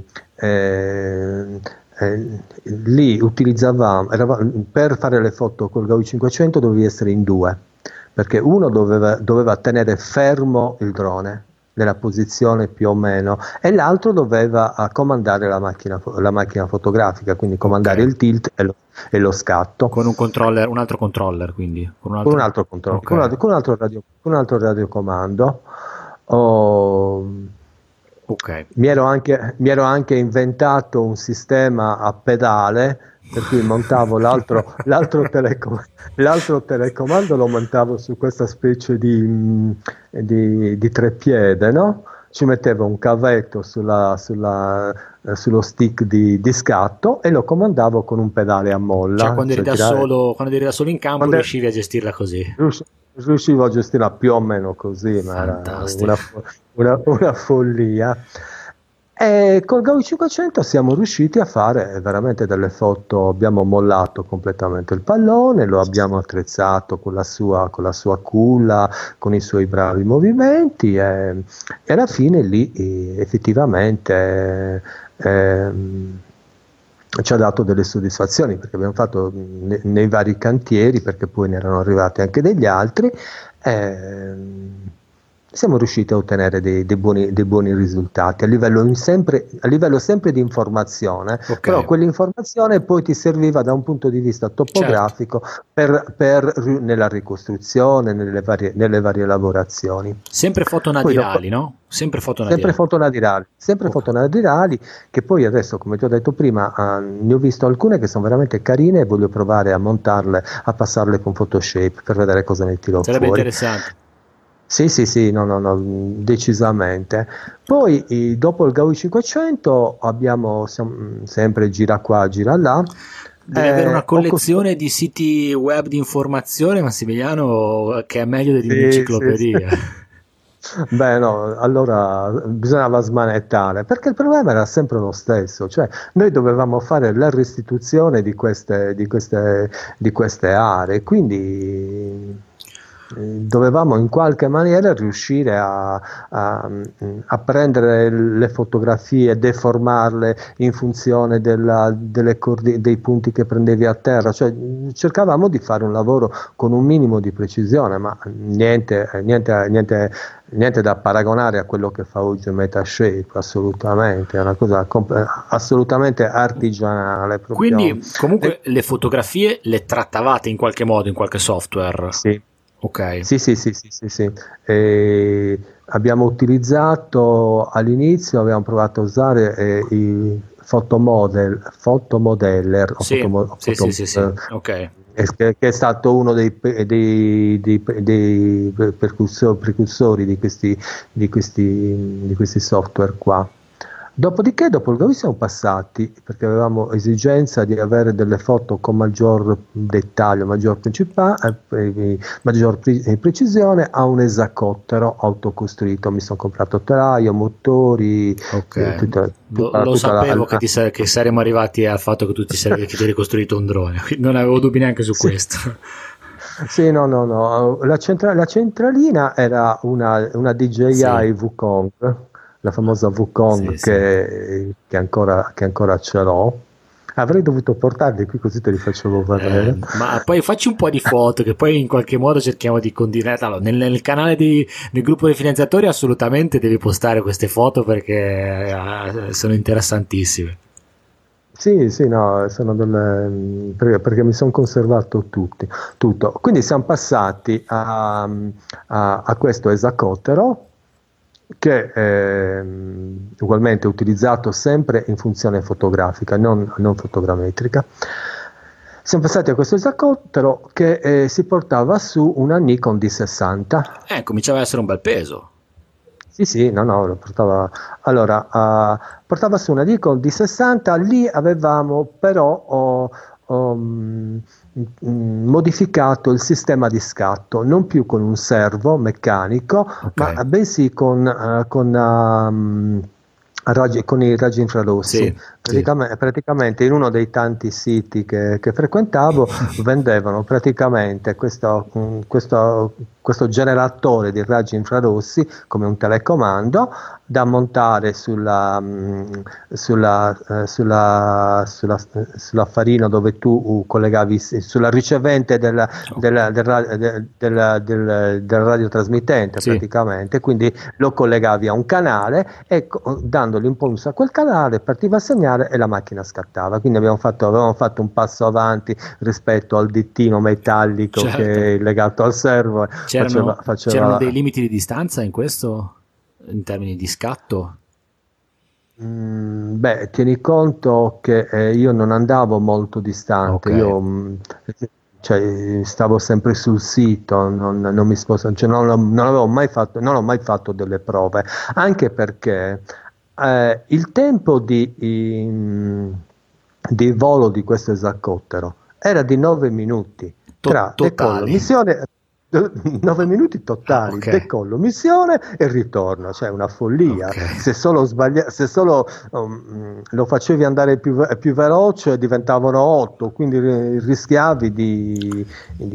[SPEAKER 2] eh, eh, lì utilizzavamo, eravamo, per fare le foto col Gaui cinquecento dovevi essere in due, perché uno doveva, doveva tenere fermo il drone, nella posizione più o meno, e l'altro doveva uh, comandare la macchina, la macchina fotografica, quindi comandare okay. il tilt e lo, e lo scatto.
[SPEAKER 1] Con un controller, un altro controller, quindi con un altro,
[SPEAKER 2] con un altro controller,
[SPEAKER 1] okay.
[SPEAKER 2] con, un altro, con, un altro radio, con un altro radiocomando. Oh,
[SPEAKER 1] okay.
[SPEAKER 2] mi, ero anche, mi ero anche inventato un sistema a pedale, per cui montavo l'altro, l'altro, telecom- l'altro telecomando, lo montavo su questa specie di, di, di treppiede, no? Ci mettevo un cavetto sulla, sulla, eh, sullo stick di, di scatto e lo comandavo con un pedale a molla.
[SPEAKER 1] Cioè quando eri,
[SPEAKER 2] cioè,
[SPEAKER 1] da,
[SPEAKER 2] tirare...
[SPEAKER 1] solo, quando eri da solo in campo quando riuscivi a gestirla così?
[SPEAKER 2] Rius- riuscivo a gestirla più o meno così, ma
[SPEAKER 1] fantastico.
[SPEAKER 2] Era una, una, una follia. E col Gaui cinquecento siamo riusciti a fare veramente delle foto. Abbiamo mollato completamente il pallone, lo abbiamo attrezzato con la sua, con la sua culla, con i suoi bravi movimenti, e, e alla fine lì eh, effettivamente eh, ci ha dato delle soddisfazioni, perché abbiamo fatto ne, nei vari cantieri, perché poi ne erano arrivati anche degli altri. Eh, siamo riusciti a ottenere dei, dei, buoni, dei buoni risultati a livello, in sempre, a livello sempre di informazione, okay. Però quell'informazione poi ti serviva da un punto di vista topografico, certo. per, per, nella ricostruzione, nelle varie, nelle varie lavorazioni.
[SPEAKER 1] Sempre foto nadirali, dopo, no? Sempre foto nadirali.
[SPEAKER 2] Sempre foto nadirali, sempre okay. foto nadirali, che poi adesso, come ti ho detto prima, uh, ne ho visto alcune che sono veramente carine e voglio provare a montarle, a passarle con Photoshop per vedere cosa ne tiro
[SPEAKER 1] Sarebbe
[SPEAKER 2] fuori.
[SPEAKER 1] Interessante.
[SPEAKER 2] Sì, sì, sì, no, no, no, decisamente. Poi eh, dopo il Gaui cinquecento abbiamo siamo, sempre gira qua, gira là.
[SPEAKER 1] Devi eh, avere una collezione costru- di siti web di informazione, Massimiliano, che è meglio di sì, un'enciclopedia.
[SPEAKER 2] Sì, sì. Beh, no, allora bisognava smanettare, perché il problema era sempre lo stesso, cioè noi dovevamo fare la restituzione di queste, di queste, di queste aree, quindi dovevamo in qualche maniera riuscire a, a, a prendere le fotografie, deformarle in funzione della, delle cordi, dei punti che prendevi a terra, cioè cercavamo di fare un lavoro con un minimo di precisione, ma niente, niente, niente, niente da paragonare a quello che fa oggi Metashape, assolutamente, è una cosa comp- assolutamente artigianale. Proprio.
[SPEAKER 1] Quindi comunque e, le fotografie le trattavate in qualche modo, in qualche software?
[SPEAKER 2] Sì.
[SPEAKER 1] Okay.
[SPEAKER 2] Sì, sì, sì, sì, sì, sì. E abbiamo utilizzato all'inizio, abbiamo provato a usare eh, i fotomodel, fotomodeller, o
[SPEAKER 1] sì,
[SPEAKER 2] fotomo,
[SPEAKER 1] sì,
[SPEAKER 2] fotom-
[SPEAKER 1] sì, sì, sì. Okay.
[SPEAKER 2] Che, che è stato uno dei, dei, dei, dei precursori, precursori di, questi, di, questi, di questi software qua. Dopodiché, dopo il Gaui siamo passati, perché avevamo esigenza di avere delle foto con maggior dettaglio, maggior, principa- eh, maggior pre- precisione, a un esacottero autocostruito. Mi sono comprato telaio, motori,
[SPEAKER 1] okay.
[SPEAKER 2] eh, tutta, tutta,
[SPEAKER 1] lo, lo
[SPEAKER 2] tutta
[SPEAKER 1] sapevo
[SPEAKER 2] la,
[SPEAKER 1] che, ti sa- che saremmo arrivati al fatto che tu ti sei, che ti eri costruito un drone, non avevo dubbi neanche su sì. questo.
[SPEAKER 2] Sì, no, no, no. La, centra- la centralina era una, una D J I sì. Wukong, la famosa Wukong sì, che, sì. Che, ancora, che ancora ce l'ho. Avrei dovuto portarli qui così te li facevo vedere.
[SPEAKER 1] Eh, ma poi facci un po' di foto che poi in qualche modo cerchiamo di condividere. Allora, nel, nel canale di, del gruppo dei finanziatori assolutamente devi postare queste foto perché eh, sono interessantissime.
[SPEAKER 2] Sì, sì, no, sono delle, perché, perché mi sono conservato tutti, tutto. Quindi siamo passati a, a, a questo esacottero, che è ugualmente utilizzato sempre in funzione fotografica, non, non fotogrammetrica. Siamo passati a questo esacottero che eh, si portava su una Nikon D sessanta.
[SPEAKER 1] Eh, cominciava a essere un bel peso.
[SPEAKER 2] Sì, sì, no, no, lo portava. Allora, uh, portava su una Nikon D sessanta, lì avevamo però oh, oh, mh, modificato il sistema di scatto, non più con un servo meccanico, okay. ma bensì con, uh, con, um, raggi, con i raggi infrarossi. Sì. Praticamente, sì. praticamente in uno dei tanti siti che, che frequentavo vendevano praticamente questo, questo, questo generatore di raggi infrarossi come un telecomando da montare sulla, sulla, sulla, sulla, sull'affarino dove tu collegavi, sulla ricevente del, del, del, del, del, del radiotrasmittente, sì. praticamente, quindi lo collegavi a un canale e dando l'impulso a quel canale partiva il segnale e la macchina scattava. Quindi abbiamo fatto, avevamo fatto un passo avanti rispetto al dittino metallico, certo. che è legato al servo.
[SPEAKER 1] C'erano,
[SPEAKER 2] faceva, faceva...
[SPEAKER 1] c'erano dei limiti di distanza in questo, in termini di scatto?
[SPEAKER 2] Mm, beh, tieni conto che eh, io non andavo molto distante, okay. io mh, cioè, stavo sempre sul sito, non, non mi sposo, cioè, non, non avevo mai fatto, non ho mai fatto delle prove, anche perché eh, il tempo di, in, di volo di questo esacottero era di nove minuti tra decollo, missione. nove minuti totali, okay. decollo, missione e ritorno, cioè una follia. Okay. Se solo, sbaglia- se solo um, lo facevi andare più, più veloce diventavano otto, quindi rischiavi di,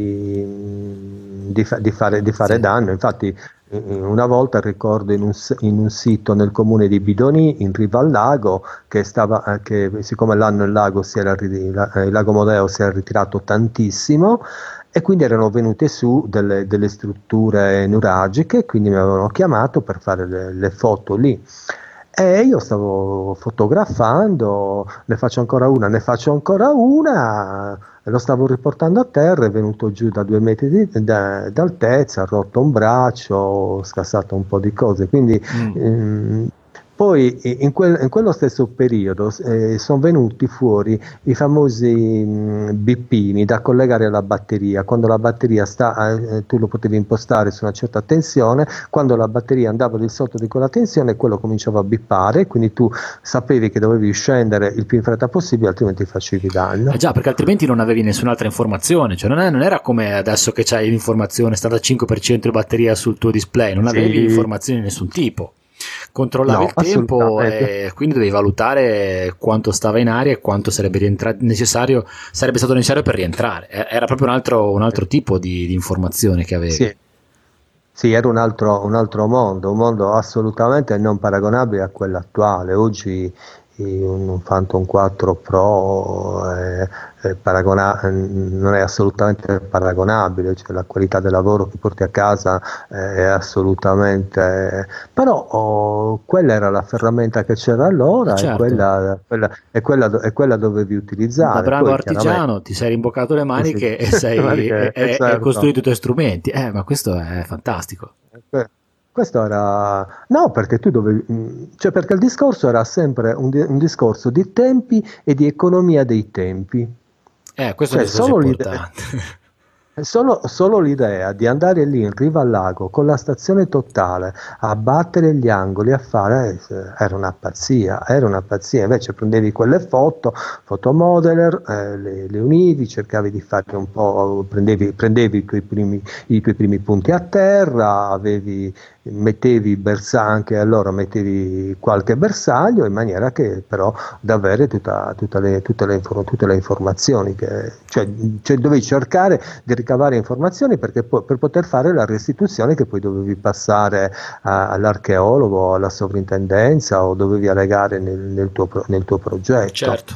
[SPEAKER 2] di, di, fa- di fare, di fare sì. danno. Infatti una volta ricordo in un, in un sito nel comune di Bidoni in riva al lago che stava che siccome l'anno il lago si era il lago Modeo si era ritirato tantissimo e quindi erano venute su delle, delle strutture nuragiche, quindi mi avevano chiamato per fare le, le foto lì e io stavo fotografando, ne faccio ancora una, ne faccio ancora una, lo stavo riportando a terra, è venuto giù da due metri di, da, d'altezza, ha rotto un braccio, scassato un po' di cose, quindi mm. ehm, poi in, quel, in quello stesso periodo eh, sono venuti fuori i famosi mh, bippini da collegare alla batteria. Quando la batteria sta, eh, tu lo potevi impostare su una certa tensione, quando la batteria andava di sotto di quella tensione quello cominciava a bippare, quindi tu sapevi che dovevi scendere il più in fretta possibile, altrimenti facevi danno.
[SPEAKER 1] Eh già, perché altrimenti non avevi nessun'altra informazione, cioè non, è, non era come adesso che c'hai l'informazione, sta da cinque per cento di batteria sul tuo display, non avevi sì. informazioni di nessun tipo. Controllavi no, il tempo e quindi dovevi valutare quanto stava in aria e quanto sarebbe rientra- necessario sarebbe stato necessario per rientrare. Era proprio un altro, un altro tipo di, di informazione che avevi.
[SPEAKER 2] Sì, sì era un altro, un altro mondo, un mondo assolutamente non paragonabile a quello attuale. Oggi un Phantom quattro Pro è, è paragona- non è assolutamente paragonabile, cioè la qualità del lavoro che porti a casa è assolutamente, però oh, quella era la ferramenta che c'era allora, certo. e quella, quella, è quella, è quella dovevi utilizzare.
[SPEAKER 1] Da bravo
[SPEAKER 2] Poi,
[SPEAKER 1] artigiano ti sei rimboccato le maniche sì. e sei maniche, e, certo. e costruito i tuoi strumenti, eh, ma questo è fantastico.
[SPEAKER 2] Eh, Questo era no, perché tu dovevi, cioè perché il discorso era sempre un, un discorso di tempi e di economia dei tempi.
[SPEAKER 1] Eh, questo cioè, è solo importante.
[SPEAKER 2] Solo, solo l'idea di andare lì in riva al lago con la stazione totale a battere gli angoli, a fare eh, era una pazzia, era una pazzia. Invece prendevi quelle foto, fotomodeler, eh, le, le univi, cercavi di fare un po', prendevi, prendevi i, tuoi primi, i tuoi primi punti a terra, avevi, mettevi bersa- anche allora mettevi qualche bersaglio in maniera che però da avere tutta, tutta le, tutte, le, tutte le informazioni, che, cioè, cioè dovevi cercare di ricavare informazioni perché po- per poter fare la restituzione che poi dovevi passare a, all'archeologo, alla sovrintendenza o dovevi allegare nel, nel, tuo, pro- nel tuo progetto.
[SPEAKER 1] Certo.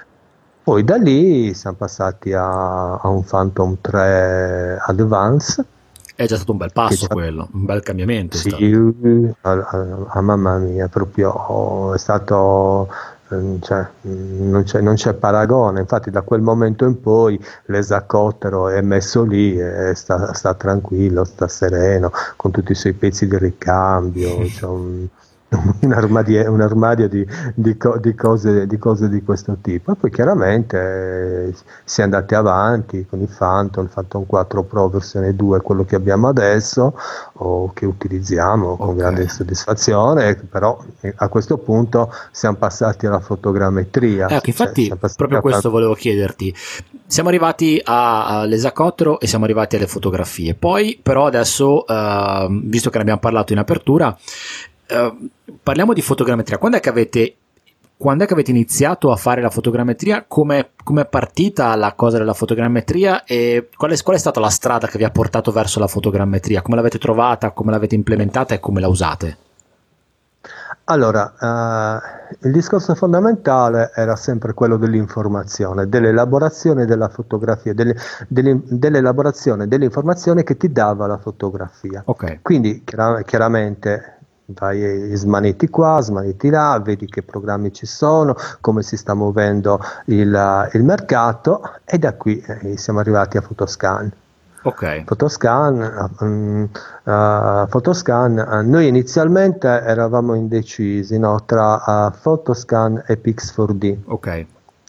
[SPEAKER 1] Poi
[SPEAKER 2] da lì siamo passati a, a un Phantom tre Advance.
[SPEAKER 1] È già stato un bel passo quello, un bel cambiamento.
[SPEAKER 2] Sì, a, a, a mamma mia, proprio è stato, cioè, non, c'è, non c'è paragone. Infatti da quel momento in poi l'esacottero è messo lì e sta, sta tranquillo, sta sereno, con tutti i suoi pezzi di ricambio, cioè un, un armadio, un armadio di, di, co, di, cose, di cose di questo tipo. E poi chiaramente eh, si è andati avanti con il Phantom, il Phantom quattro Pro versione due, quello che abbiamo adesso o che utilizziamo con okay. grande soddisfazione, però eh, a questo punto siamo passati alla fotogrammetria.
[SPEAKER 1] Ecco, infatti cioè, proprio questo volevo chiederti. Siamo arrivati a, all'esacottero e siamo arrivati alle fotografie, poi però adesso eh, visto che ne abbiamo parlato in apertura, Uh, parliamo di fotogrammetria. Quando è che avete quando è che avete iniziato a fare la fotogrammetria? Come è partita la cosa della fotogrammetria e qual è, qual è stata la strada che vi ha portato verso la fotogrammetria? Come l'avete trovata, come l'avete implementata e come la usate?
[SPEAKER 2] Allora, eh, il discorso fondamentale era sempre quello dell'informazione, dell'elaborazione della fotografia, delle, delle, dell'elaborazione dell'informazione che ti dava la fotografia.
[SPEAKER 1] Okay.
[SPEAKER 2] Quindi chiar- chiaramente vai, smanetti qua, smanetti là, vedi che programmi ci sono, come si sta muovendo il, il mercato, e da qui eh, siamo arrivati a Photoscan.
[SPEAKER 1] Ok.
[SPEAKER 2] Photoscan, um, uh, Photoscan uh, noi inizialmente eravamo indecisi, no, tra uh, Photoscan e Pix four D.
[SPEAKER 1] Ok.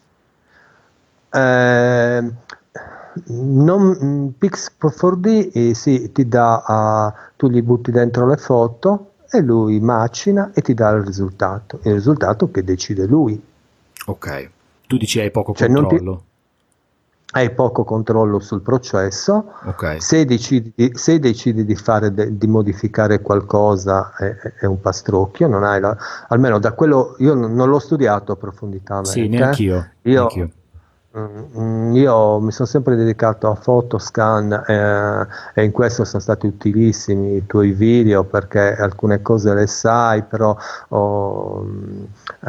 [SPEAKER 2] Eh, non, Pix four D eh, sì, ti dà, uh, tu gli butti dentro le foto e lui macina e ti dà il risultato, il risultato che decide lui.
[SPEAKER 1] Ok. Tu dici hai poco
[SPEAKER 2] cioè,
[SPEAKER 1] controllo.
[SPEAKER 2] Hai poco controllo sul processo.
[SPEAKER 1] Okay.
[SPEAKER 2] Se decidi, se decidi di fare de, di modificare qualcosa è, è un pastrocchio, non hai la, almeno da quello io non, non l'ho studiato approfonditamente.
[SPEAKER 1] Sì, neanch'io.
[SPEAKER 2] Io,
[SPEAKER 1] neanch'io.
[SPEAKER 2] Mm, io mi sono sempre dedicato a Photoscan eh, e in questo sono stati utilissimi i tuoi video, perché alcune cose le sai, però oh, eh,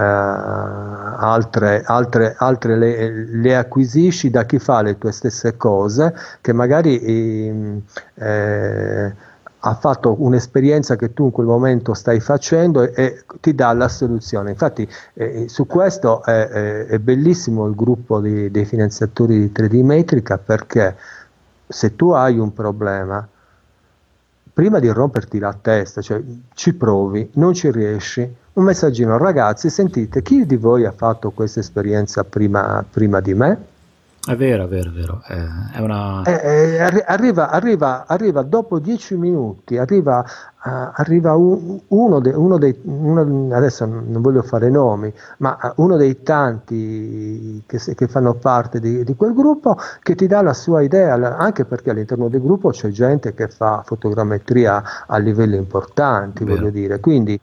[SPEAKER 2] altre, altre, altre le, le acquisisci da chi fa le tue stesse cose, che magari eh, eh, ha fatto un'esperienza che tu in quel momento stai facendo e, e ti dà la soluzione. Infatti eh, su questo è, è, è bellissimo il gruppo di, dei finanziatori di tre D Metrica, perché se tu hai un problema, prima di romperti la testa, cioè ci provi, non ci riesci, un messaggino: ragazzi, sentite, chi di voi ha fatto questa esperienza prima, prima di me?
[SPEAKER 1] È vero, è vero, è vero. Eh, è una...
[SPEAKER 2] Eh, eh, arri- arriva, arriva, arriva dopo dieci minuti, arriva, uh, arriva un, uno, de, uno dei, uno, adesso non voglio fare nomi, ma uh, uno dei tanti che, che fanno parte di, di quel gruppo, che ti dà la sua idea, anche perché all'interno del gruppo c'è gente che fa fotogrammetria a livelli importanti,
[SPEAKER 1] Vero.
[SPEAKER 2] voglio dire, quindi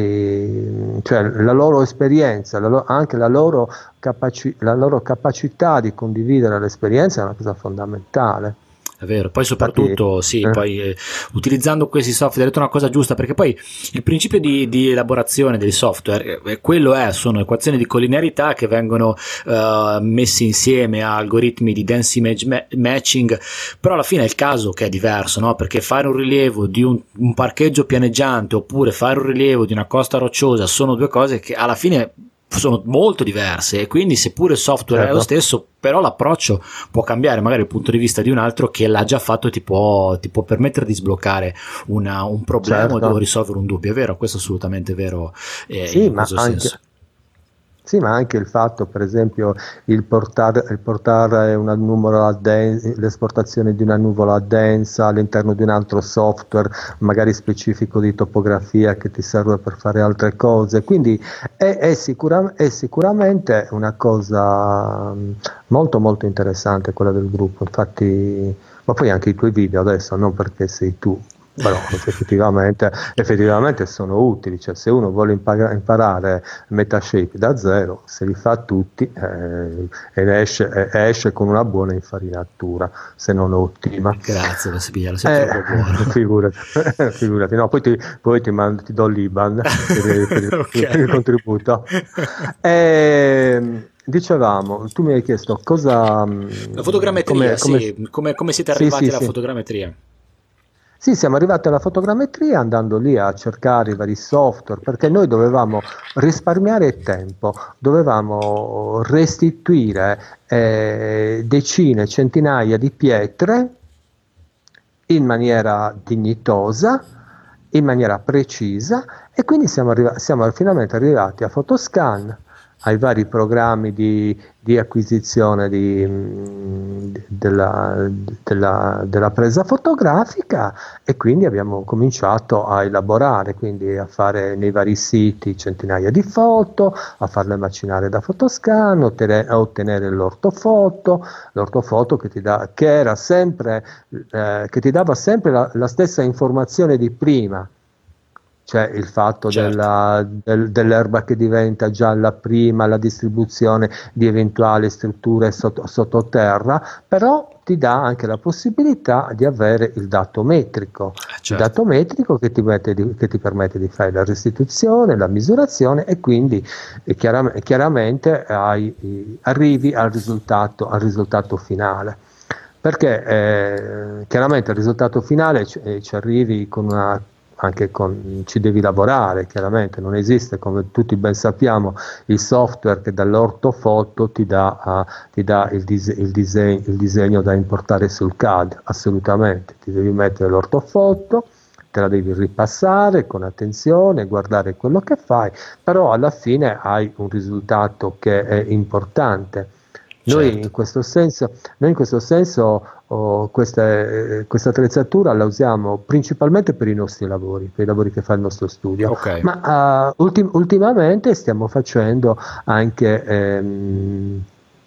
[SPEAKER 2] E, cioè la loro esperienza, la lo, anche la loro, capaci, la loro capacità di condividere l'esperienza è una cosa fondamentale.
[SPEAKER 1] È vero, poi soprattutto
[SPEAKER 2] Infatti,
[SPEAKER 1] sì,
[SPEAKER 2] eh.
[SPEAKER 1] poi eh, utilizzando questi software, hai detto una cosa giusta, perché poi il principio di, di elaborazione del software, eh, quello è, sono equazioni di collinearità che vengono eh, messe insieme a algoritmi di dense image ma- matching, però alla fine è il caso che è diverso, no? Perché fare un rilievo di un, un parcheggio pianeggiante oppure fare un rilievo di una costa rocciosa sono due cose che alla fine sono molto diverse, e quindi seppure il software certo. è lo stesso, però l'approccio può cambiare, magari il punto di vista di un altro che l'ha già fatto ti può, ti può permettere di sbloccare una, un problema certo. o risolvere un dubbio. È vero, questo è assolutamente vero. Eh,
[SPEAKER 2] sì,
[SPEAKER 1] in
[SPEAKER 2] ma
[SPEAKER 1] questo
[SPEAKER 2] anche,
[SPEAKER 1] senso.
[SPEAKER 2] Sì, ma anche il fatto, per esempio, il portare, il portare una nuvola densa, l'esportazione di una nuvola densa all'interno di un altro software, magari specifico di topografia, che ti serve per fare altre cose. Quindi è, è, sicura, è sicuramente una cosa molto molto interessante quella del gruppo. Infatti, ma poi anche i tuoi video adesso, non perché sei tu, però effettivamente, effettivamente sono utili, cioè se uno vuole impara- imparare Metashape da zero, se li fa tutti eh, e ne esce, e esce con una buona infarinatura, se non ottima.
[SPEAKER 1] Grazie, lo si lo sempre
[SPEAKER 2] eh,
[SPEAKER 1] buono.
[SPEAKER 2] Figurati, figurati. No, poi ti, poi ti, mando, ti do l'I B A N per, per, okay. per il contributo. E, dicevamo, tu mi hai chiesto cosa...
[SPEAKER 1] La fotogrammetria, come, come, sì, come, come siete arrivati sì, sì, alla
[SPEAKER 2] sì.
[SPEAKER 1] fotogrammetria?
[SPEAKER 2] Sì, siamo arrivati alla fotogrammetria andando lì a cercare i vari software, perché noi dovevamo risparmiare tempo, dovevamo restituire eh, decine, centinaia di pietre in maniera dignitosa, in maniera precisa, e quindi siamo, arriva- siamo finalmente arrivati a Photoscan, ai vari programmi di, di acquisizione di, mh, della, della, della presa fotografica, e quindi abbiamo cominciato a elaborare, quindi a fare nei vari siti centinaia di foto, a farle macinare da Photoscan, ottenere, a ottenere l'ortofoto, l'ortofoto che ti da, che era sempre, eh, che ti dava sempre la, la stessa informazione di prima. cioè il fatto
[SPEAKER 1] Certo.
[SPEAKER 2] della, del, dell'erba che diventa gialla prima, la distribuzione di eventuali strutture sotto, sottoterra, però ti dà anche la possibilità di avere il dato metrico,
[SPEAKER 1] Certo.
[SPEAKER 2] il dato metrico che ti, mette di, che ti permette di fare la restituzione, la misurazione e quindi eh, chiaram- chiaramente hai, eh, arrivi al risultato, al risultato finale. Perché eh, chiaramente il risultato finale ci, eh, ci arrivi con una anche con, ci devi lavorare, chiaramente non esiste, come tutti ben sappiamo, il software che dall'ortofoto ti dà, uh, ti dà il, dise- il, diseg- il disegno da importare sul C A D, assolutamente, ti devi mettere l'ortofoto, te la devi ripassare con attenzione, guardare quello che fai, però alla fine hai un risultato che è importante. Noi
[SPEAKER 1] Certo.
[SPEAKER 2] in questo senso, noi in questo senso oh, questa, eh, questa attrezzatura la usiamo principalmente per i nostri lavori, per i lavori che fa il nostro studio,
[SPEAKER 1] Ok.
[SPEAKER 2] ma uh, ultim- ultimamente stiamo facendo anche, ehm,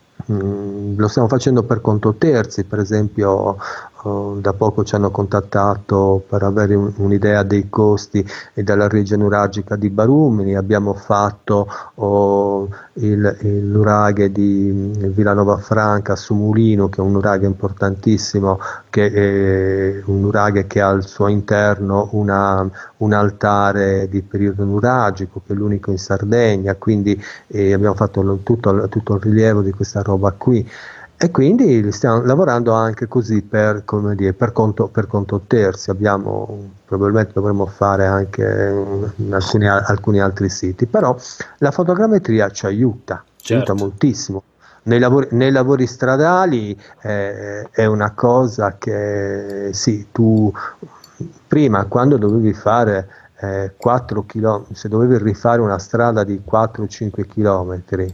[SPEAKER 2] mh, lo stiamo facendo per conto terzi, per esempio oh, da poco ci hanno contattato per avere un, un'idea dei costi e della regione nuragica di Barumini, abbiamo fatto oh, il, il nuraghe di Villanova Franca su Mulino, che è un nuraghe importantissimo, che è un nuraghe che ha al suo interno una, un altare di periodo nuragico, che è l'unico in Sardegna, quindi eh, abbiamo fatto lo, tutto, tutto il rilievo di questa roba qui. E quindi stiamo lavorando anche così per, come dire, per, conto, per conto terzi. Abbiamo, probabilmente dovremmo fare anche in alcuni, alcuni altri siti, però la fotogrammetria ci aiuta, ci
[SPEAKER 1] Certo.
[SPEAKER 2] aiuta moltissimo. Nei lavori, nei lavori stradali eh, è una cosa che sì, tu prima quando dovevi fare eh, quattro chilometri, se dovevi rifare una strada di quattro cinque chilometri,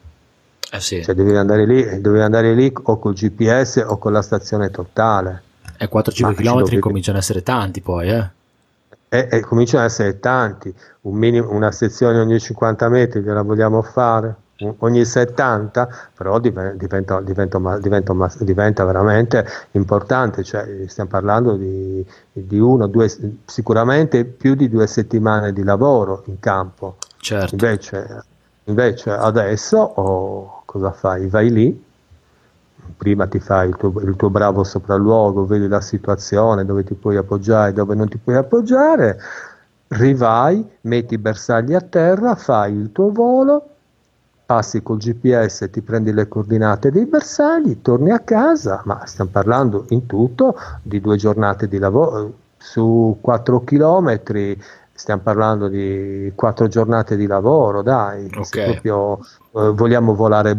[SPEAKER 1] Eh sì.
[SPEAKER 2] cioè dovevi andare lì, dovevi andare lì o col G P S o con la stazione totale.
[SPEAKER 1] E quattro cinque
[SPEAKER 2] Ma ci
[SPEAKER 1] chilometri
[SPEAKER 2] dovevi-
[SPEAKER 1] cominciano ad essere tanti poi, eh.
[SPEAKER 2] E, e cominciano ad essere tanti, un minimo, una sezione ogni cinquanta metri gliela vogliamo fare? Un- ogni settanta, però diven- diventa, diventa, ma- diventa, ma- diventa veramente importante, cioè stiamo parlando di, di uno, due, sicuramente più di due settimane di lavoro in campo.
[SPEAKER 1] Certo.
[SPEAKER 2] Invece, invece adesso oh, cosa fai? Vai lì, prima ti fai il tuo, il tuo bravo sopralluogo, vedi la situazione, dove ti puoi appoggiare, dove non ti puoi appoggiare, rivai, metti i bersagli a terra, fai il tuo volo, passi col G P S, ti prendi le coordinate dei bersagli, torni a casa, ma stiamo parlando in tutto di due giornate di lavoro, su quattro chilometri stiamo parlando di quattro giornate di lavoro, dai,
[SPEAKER 1] Ok.
[SPEAKER 2] se proprio eh, vogliamo volare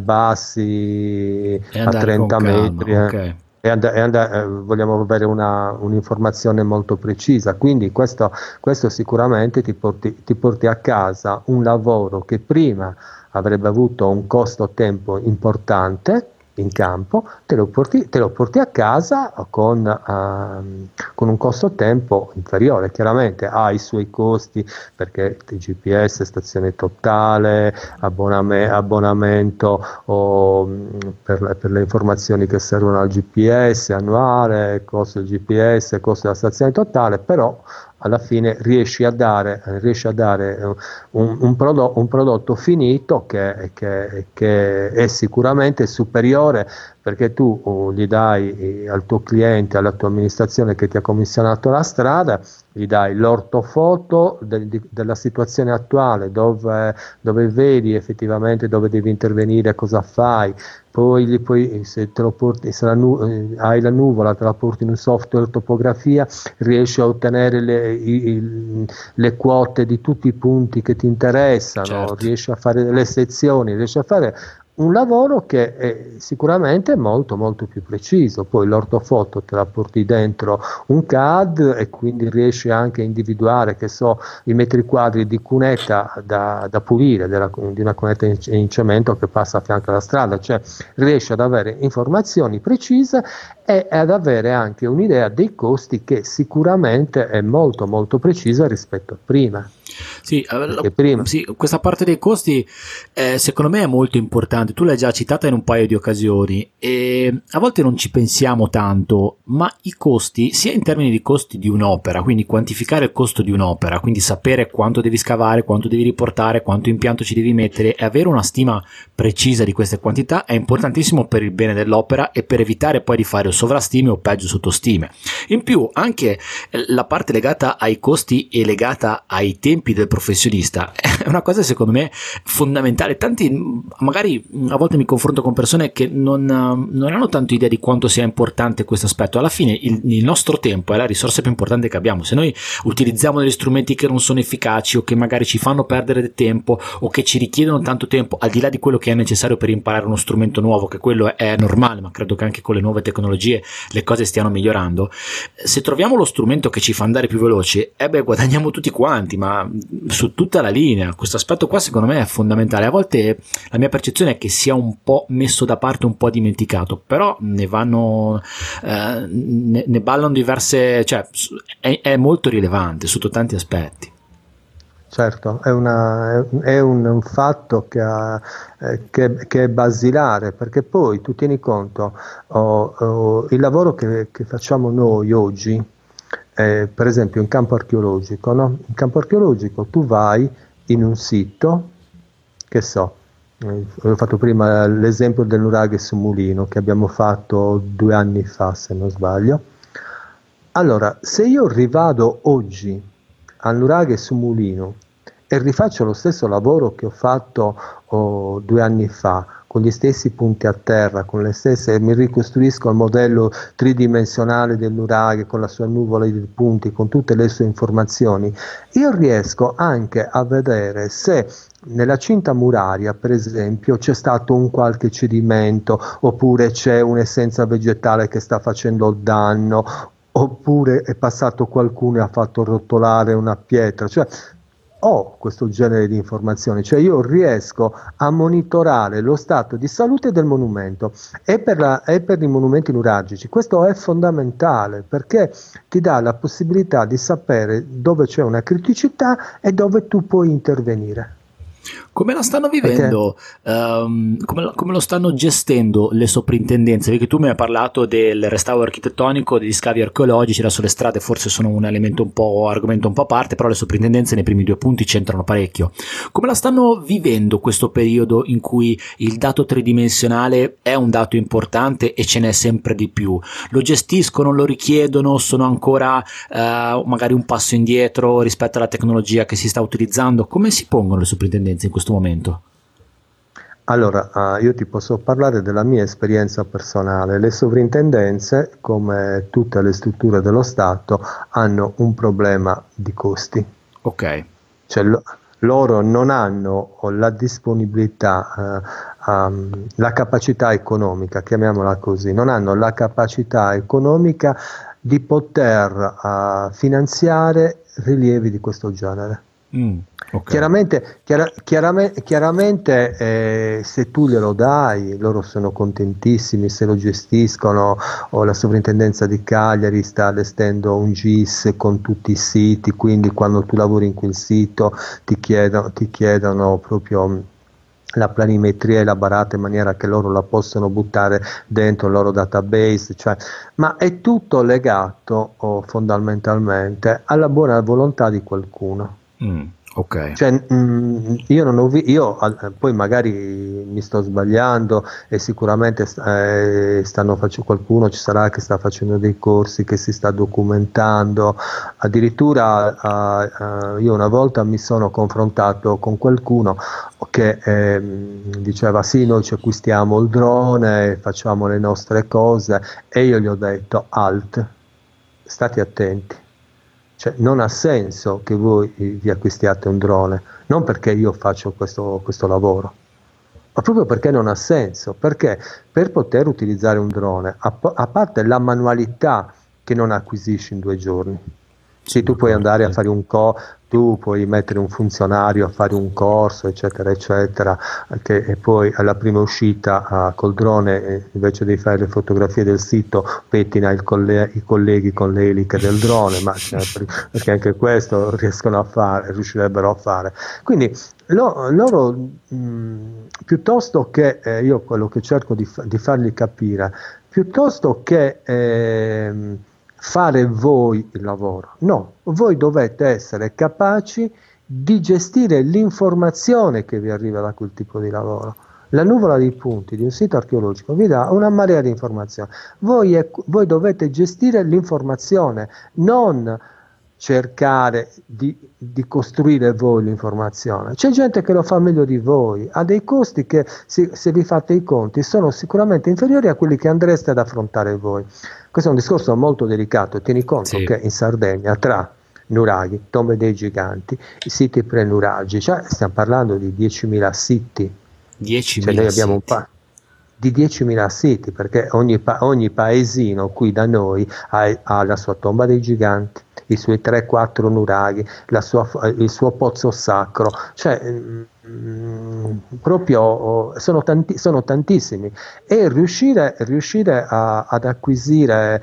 [SPEAKER 2] bassi
[SPEAKER 1] E
[SPEAKER 2] a
[SPEAKER 1] andare con
[SPEAKER 2] trenta
[SPEAKER 1] calma,
[SPEAKER 2] metri eh,
[SPEAKER 1] ok.
[SPEAKER 2] e, and- e and- eh, vogliamo avere una, un'informazione molto precisa, quindi questo, questo sicuramente ti porti, ti porti a casa un lavoro che prima avrebbe avuto un costo-tempo importante in campo, te lo porti, te lo porti a casa con, ehm, con un costo-tempo inferiore. Chiaramente ha i suoi costi perché il G P S, stazione totale, abboname- abbonamento o, mh, per, per le informazioni che servono al G P S annuale, costo del G P S, costo della stazione totale, però alla fine riesci a dare, riesci a dare un, un, prodo- un prodotto finito che, che, che è sicuramente superiore, perché tu uh, gli dai eh, al tuo cliente, alla tua amministrazione che ti ha commissionato la strada, gli dai l'ortofoto de- di- della situazione attuale, dove, dove vedi effettivamente dove devi intervenire, cosa fai. Poi, gli puoi, se, te lo porti, se la nu- eh, hai la nuvola, te la porti in un software topografia, riesci a ottenere le, i, i, le quote di tutti i punti che ti interessano,
[SPEAKER 1] Certo.
[SPEAKER 2] riesci a fare delle sezioni, riesci a fare un lavoro che è sicuramente molto molto più preciso. Poi l'ortofoto te la porti dentro un C A D e quindi riesci anche a individuare, che so, i metri quadri di cunetta da, da pulire, della, di una cunetta in, in cemento che passa a fianco alla strada, cioè riesci ad avere informazioni precise e ad avere anche un'idea dei costi che sicuramente è molto molto precisa rispetto a prima.
[SPEAKER 1] Sì, prima. sì, questa parte dei costi eh, secondo me è molto importante, tu l'hai già citata in un paio di occasioni e a volte non ci pensiamo tanto, ma i costi, sia in termini di costi di un'opera, quindi quantificare il costo di un'opera, quindi sapere quanto devi scavare, quanto devi riportare, quanto impianto ci devi mettere e avere una stima precisa di queste quantità è importantissimo per il bene dell'opera e per evitare poi di fare sovrastime o peggio sottostime. In più anche la parte legata ai costi e legata ai tempi del professionista è una cosa secondo me fondamentale. Tanti magari a volte mi confronto con persone che non, non hanno tanto idea di quanto sia importante questo aspetto. Alla fine il, il nostro tempo è la risorsa più importante che abbiamo. Se noi utilizziamo degli strumenti che non sono efficaci o che magari ci fanno perdere del tempo o che ci richiedono tanto tempo al di là di quello che è necessario per imparare uno strumento nuovo, che quello è normale, ma credo che anche con le nuove tecnologie le cose stiano migliorando, se troviamo lo strumento che ci fa andare più veloci, eh beh, guadagniamo tutti quanti, ma su tutta la linea. Questo aspetto qua secondo me è fondamentale. A volte la mia percezione è che sia un po' messo da parte, un po' dimenticato, però ne vanno eh, ne, ne ballano diverse, cioè è, è molto rilevante sotto tanti aspetti.
[SPEAKER 2] Certo, è, una, è un, un fatto che, ha, eh, che, che è basilare, perché poi tu tieni conto, oh, oh, il lavoro che, che facciamo noi oggi, eh, per esempio in campo archeologico, no? In campo archeologico tu vai in un sito, che so, eh, ho fatto prima l'esempio del nuraghe su Mulino che abbiamo fatto due anni fa se non sbaglio. Allora, se io rivado oggi al nuraghe su Mulino e rifaccio lo stesso lavoro che ho fatto oh, due anni fa, con gli stessi punti a terra, con le stesse, mi ricostruisco il modello tridimensionale del nuraghe con la sua nuvola di punti, con tutte le sue informazioni, io riesco anche a vedere se nella cinta muraria, per esempio, c'è stato un qualche cedimento, oppure c'è un'essenza vegetale che sta facendo danno, oppure è passato qualcuno e ha fatto rotolare una pietra. Cioè ho questo genere di informazioni, cioè io riesco a monitorare lo stato di salute del monumento e per, la, e per i monumenti nuragici. Questo è fondamentale perché ti dà la possibilità di sapere dove c'è una criticità e dove tu puoi intervenire.
[SPEAKER 1] Come la stanno vivendo, um, come, come lo stanno gestendo le soprintendenze? Perché tu mi hai parlato del restauro architettonico, degli scavi archeologici, là sulle strade forse sono un elemento un po', argomento un po' a parte, però le soprintendenze nei primi due punti c'entrano parecchio. Come la stanno vivendo questo periodo in cui il dato tridimensionale è un dato importante e ce n'è sempre di più? Lo gestiscono, lo richiedono, sono ancora uh, magari un passo indietro rispetto alla tecnologia che si sta utilizzando? Come si pongono le soprintendenze in questo momento?
[SPEAKER 2] Allora, uh, io ti posso parlare della mia esperienza personale. Le sovrintendenze, come tutte le strutture dello Stato, hanno un problema di costi.
[SPEAKER 1] Ok.
[SPEAKER 2] Cioè, lo, loro non hanno la disponibilità, uh, um, la capacità economica, chiamiamola così, non hanno la capacità economica di poter uh, finanziare rilievi di questo genere.
[SPEAKER 1] Mm, okay.
[SPEAKER 2] Chiaramente, chiara, chiaramente, chiaramente eh, se tu glielo dai, loro sono contentissimi, se lo gestiscono, o la sovrintendenza di Cagliari sta allestendo un G I S con tutti i siti, quindi quando tu lavori in quel sito ti chiedono, ti chiedono proprio la planimetria elaborata in maniera che loro la possono buttare dentro il loro database, cioè, ma è tutto legato oh, fondamentalmente alla buona volontà di qualcuno.
[SPEAKER 1] Mm, ok.
[SPEAKER 2] Cioè, mh, io non ho vi- io eh, poi magari mi sto sbagliando e sicuramente eh, stanno facendo, qualcuno ci sarà che sta facendo dei corsi, che si sta documentando, addirittura eh, eh, io una volta mi sono confrontato con qualcuno che eh, diceva sì, noi ci acquistiamo il drone, facciamo le nostre cose, e io gli ho detto alt, state attenti. Cioè, non ha senso che voi vi acquistiate un drone, non perché io faccio questo, questo lavoro, ma proprio perché non ha senso, perché per poter utilizzare un drone, a, a parte la manualità che non acquisisci in due giorni, Sì, tu puoi andare a fare un co, tu puoi mettere un funzionario a fare un corso, eccetera, eccetera, che, e poi alla prima uscita uh, col drone, eh, invece di fare le fotografie del sito, pettina il colle- i colleghi con le eliche del drone, ma cioè, perché anche questo riescono a fare, riuscirebbero a fare. Quindi lo, loro, mh, piuttosto che, eh, io quello che cerco di, fa- di fargli capire, piuttosto che... Eh, fare voi il lavoro. No, voi dovete essere capaci di gestire l'informazione che vi arriva da quel tipo di lavoro. La nuvola di punti di un sito archeologico vi dà una marea di informazioni. Voi, è, voi dovete gestire l'informazione, non cercare di, di costruire voi l'informazione. C'è gente che lo fa meglio di voi, ha dei costi che, se, se vi fate i conti, sono sicuramente inferiori a quelli che andreste ad affrontare voi. Questo è un discorso molto delicato. Tieni conto sì. che in Sardegna, tra nuraghi, tombe dei giganti, i siti pre-nuragici, cioè stiamo parlando di diecimila siti.
[SPEAKER 1] diecimila
[SPEAKER 2] cioè noi abbiamo
[SPEAKER 1] siti.
[SPEAKER 2] un pa- di diecimila siti, perché ogni, pa- ogni paesino qui da noi ha, ha la sua tomba dei giganti, i suoi tre quattro nuraghi, la sua, il suo pozzo sacro, cioè mh, proprio sono, tanti, sono tantissimi, e riuscire, riuscire a, ad acquisire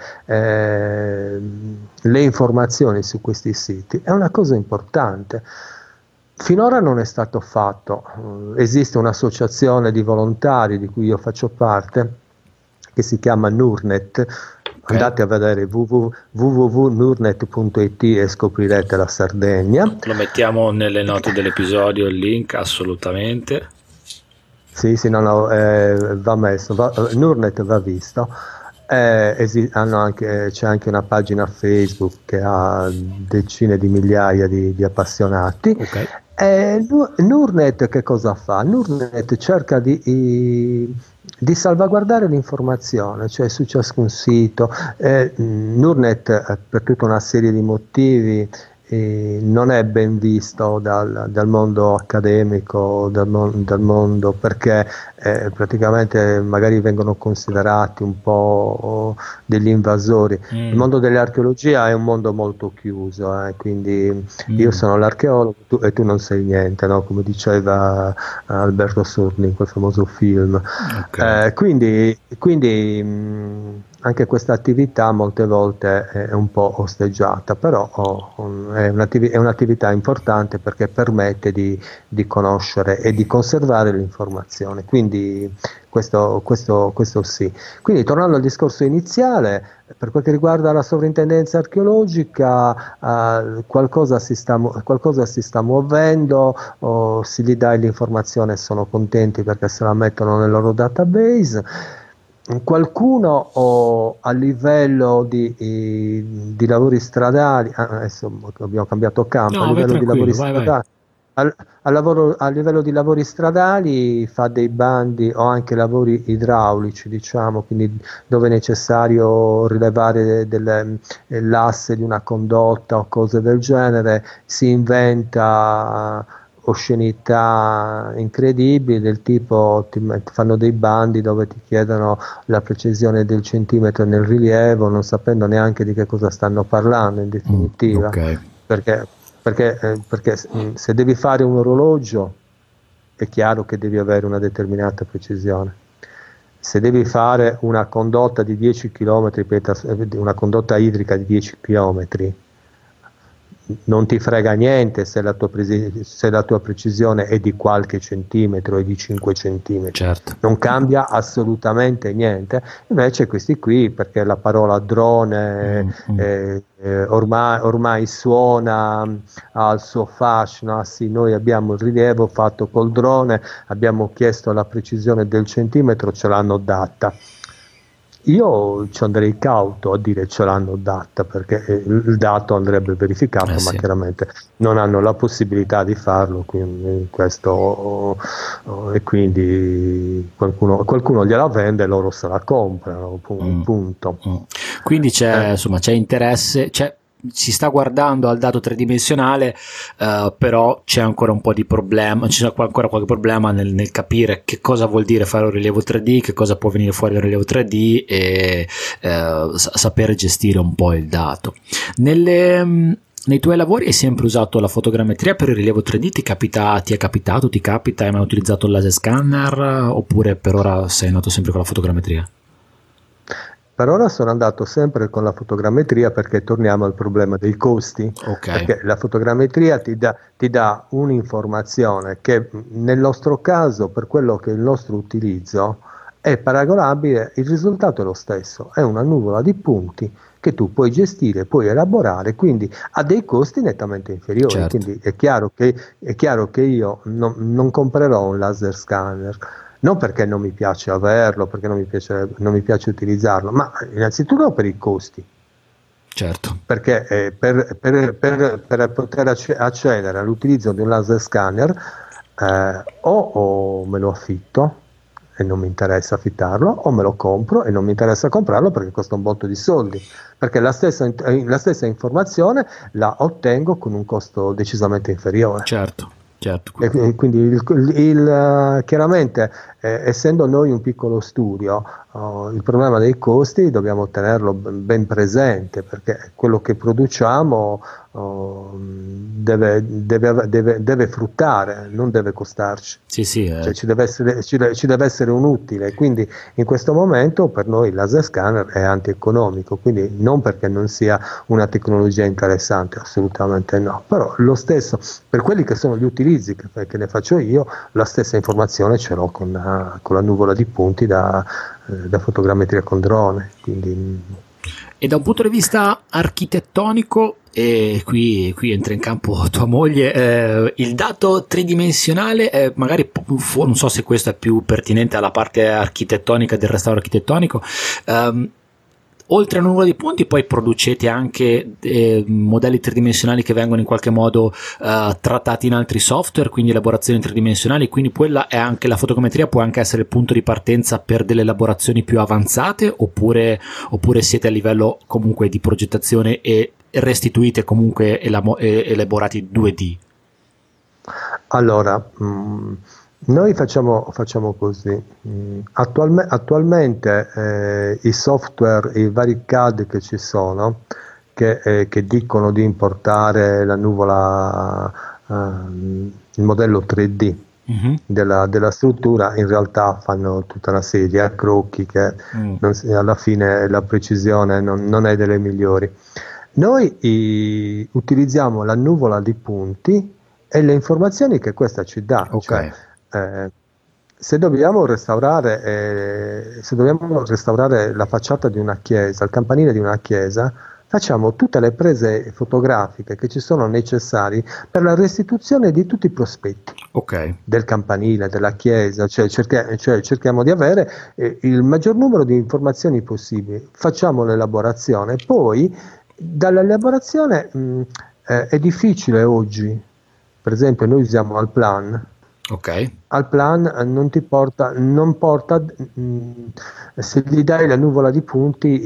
[SPEAKER 2] eh, le informazioni su questi siti è una cosa importante. Finora non è stato fatto. Esiste un'associazione di volontari di cui io faccio parte, che si chiama Nurnet. Okay. Andate a vedere w w w punto nurnet punto i t e scoprirete la Sardegna.
[SPEAKER 1] Lo mettiamo nelle note dell'episodio il link, assolutamente.
[SPEAKER 2] Sì, sì, no, no, eh, va messo, va, Nurnet va visto. Eh, esi- hanno anche, c'è anche una pagina Facebook che ha decine di migliaia di, di appassionati.
[SPEAKER 1] Okay.
[SPEAKER 2] Eh, Nurnet che cosa fa? Nurnet cerca di, di, di salvaguardare l'informazione, cioè su ciascun sito. Eh, Nurnet, per tutta una serie di motivi, eh, non è ben visto dal, dal mondo accademico, dal, mon- dal mondo, perché eh, praticamente magari vengono considerati un po' degli invasori. Mm. Il mondo dell'archeologia è un mondo molto chiuso, eh, quindi mm. io sono l'archeologo tu, e tu non sei niente, no? Come diceva Alberto Sordi in quel famoso film. Okay. Eh, quindi quindi mh, anche questa attività molte volte è un po' osteggiata, però oh, è, un'attiv- è un'attività importante perché permette di, di conoscere e di conservare l'informazione, quindi questo, questo, questo sì. Quindi tornando al discorso iniziale, per quel che riguarda la sovrintendenza archeologica, eh, qualcosa, si sta, qualcosa si sta muovendo, oh, si gli dà l'informazione e sono contenti perché se la mettono nel loro database. Qualcuno oh, a livello di, di, di lavori stradali, ah, adesso abbiamo cambiato campo,
[SPEAKER 1] no,
[SPEAKER 2] a livello di lavori
[SPEAKER 1] vai,
[SPEAKER 2] stradali,
[SPEAKER 1] vai.
[SPEAKER 2] Al, al lavoro, a livello di lavori stradali fa dei bandi o anche lavori idraulici, diciamo, quindi dove è necessario rilevare delle, l'asse di una condotta o cose del genere, si inventa oscenità incredibili del tipo ti fanno dei bandi dove ti chiedono la precisione del centimetro nel rilievo, non sapendo neanche di che cosa stanno parlando in definitiva.
[SPEAKER 1] Mm, okay.
[SPEAKER 2] perché, perché, eh, perché se devi fare un orologio è chiaro che devi avere una determinata precisione. Se devi fare una condotta di dieci chilometri, una condotta idrica di dieci chilometri, non ti frega niente se la, tua presi- se la tua precisione è di qualche centimetro e di cinque centimetri,
[SPEAKER 1] certo.
[SPEAKER 2] Non cambia assolutamente niente. Invece questi qui, perché la parola drone mm-hmm. eh, eh, ormai, ormai suona al suo fascino, ah sì, noi abbiamo il rilievo fatto col drone, abbiamo chiesto la precisione del centimetro, ce l'hanno data. Io ci andrei cauto a dire ce l'hanno data, perché il dato andrebbe verificato, eh sì. ma chiaramente non hanno la possibilità di farlo, quindi questo, oh, oh, e quindi qualcuno, qualcuno gliela vende e loro se la comprano, punto.
[SPEAKER 1] Mm. Mm. Quindi c'è, eh. insomma, c'è interesse, c'è si sta guardando al dato tridimensionale, uh, però c'è ancora un po' di problema, c'è ancora qualche problema nel, nel capire che cosa vuol dire fare un rilievo tre D, che cosa può venire fuori da un rilievo tre D e uh, s- sapere gestire un po' il dato. Nelle, nei tuoi lavori hai sempre usato la fotogrammetria per il rilievo tre D? Ti capita, ti è capitato, ti capita, hai mai utilizzato il laser scanner oppure per ora sei andato sempre con la fotogrammetria?
[SPEAKER 2] Per ora sono andato sempre con la fotogrammetria perché torniamo al problema dei costi,
[SPEAKER 1] okay.
[SPEAKER 2] Perché la fotogrammetria ti dà, ti dà un'informazione che nel nostro caso, per quello che è il nostro utilizzo, è paragonabile, il risultato è lo stesso, è una nuvola di punti che tu puoi gestire, puoi elaborare, quindi ha dei costi nettamente inferiori,
[SPEAKER 1] certo.
[SPEAKER 2] Quindi è chiaro che, è chiaro che io non, non comprerò un laser scanner, non perché non mi piace averlo, perché non mi piace, non mi piace utilizzarlo, ma innanzitutto per i costi.
[SPEAKER 1] Certo.
[SPEAKER 2] Perché eh, per, per, per, per poter accedere all'utilizzo di un laser scanner eh, o, o me lo affitto e non mi interessa affittarlo, o me lo compro e non mi interessa comprarlo perché costa un botto di soldi, perché la stessa, la stessa informazione la ottengo con un costo decisamente inferiore.
[SPEAKER 1] Certo. Certo.
[SPEAKER 2] E quindi il, il, il, chiaramente eh, essendo noi un piccolo studio, oh, il problema dei costi dobbiamo tenerlo ben presente, perché quello che produciamo oh, deve, deve, deve, deve fruttare, non deve costarci.
[SPEAKER 1] Sì, sì, eh.
[SPEAKER 2] Cioè, ci, deve essere, ci, deve, ci deve essere un utile, quindi in questo momento per noi il laser scanner è antieconomico, quindi non perché non sia una tecnologia interessante, assolutamente no, però lo stesso per quelli che sono gli utilizzi che, che ne faccio io, la stessa informazione ce l'ho con, uh, con la nuvola di punti da, uh, da fotogrammetria con drone, quindi...
[SPEAKER 1] E da un punto di vista architettonico, e qui, qui entra in campo tua moglie, eh, il dato tridimensionale, eh, magari non so se questo è più pertinente alla parte architettonica del restauro architettonico, ehm, oltre a nuvola di punti poi producete anche eh, modelli tridimensionali che vengono in qualche modo eh, trattati in altri software, quindi elaborazioni tridimensionali, quindi quella è anche la fotogrammetria, può anche essere il punto di partenza per delle elaborazioni più avanzate, oppure, oppure siete a livello comunque di progettazione e restituite comunque elamo- elaborati due D?
[SPEAKER 2] Allora, mh, noi facciamo, facciamo così, mh, attualme, attualmente eh, i software, i vari C A D che ci sono, che, eh, che dicono di importare la nuvola, eh, il modello tre D mm-hmm. della, della struttura, in realtà fanno tutta una serie di accrocchi che mm. non, alla fine la precisione non, non è delle migliori. Noi i, utilizziamo la nuvola di punti e le informazioni che questa ci dà.
[SPEAKER 1] Okay.
[SPEAKER 2] Cioè, eh, se dobbiamo restaurare eh, se dobbiamo restaurare la facciata di una chiesa, il campanile di una chiesa, facciamo tutte le prese fotografiche che ci sono necessarie per la restituzione di tutti i prospetti
[SPEAKER 1] okay.
[SPEAKER 2] del campanile, della chiesa, cioè, cerchi, cioè cerchiamo di avere eh, il maggior numero di informazioni possibili, facciamo l'elaborazione, poi dall'elaborazione mh, eh, è difficile oggi, per esempio noi usiamo Allplan.
[SPEAKER 1] Ok.
[SPEAKER 2] Allplan non ti porta, non porta mh, se gli dai la nuvola di punti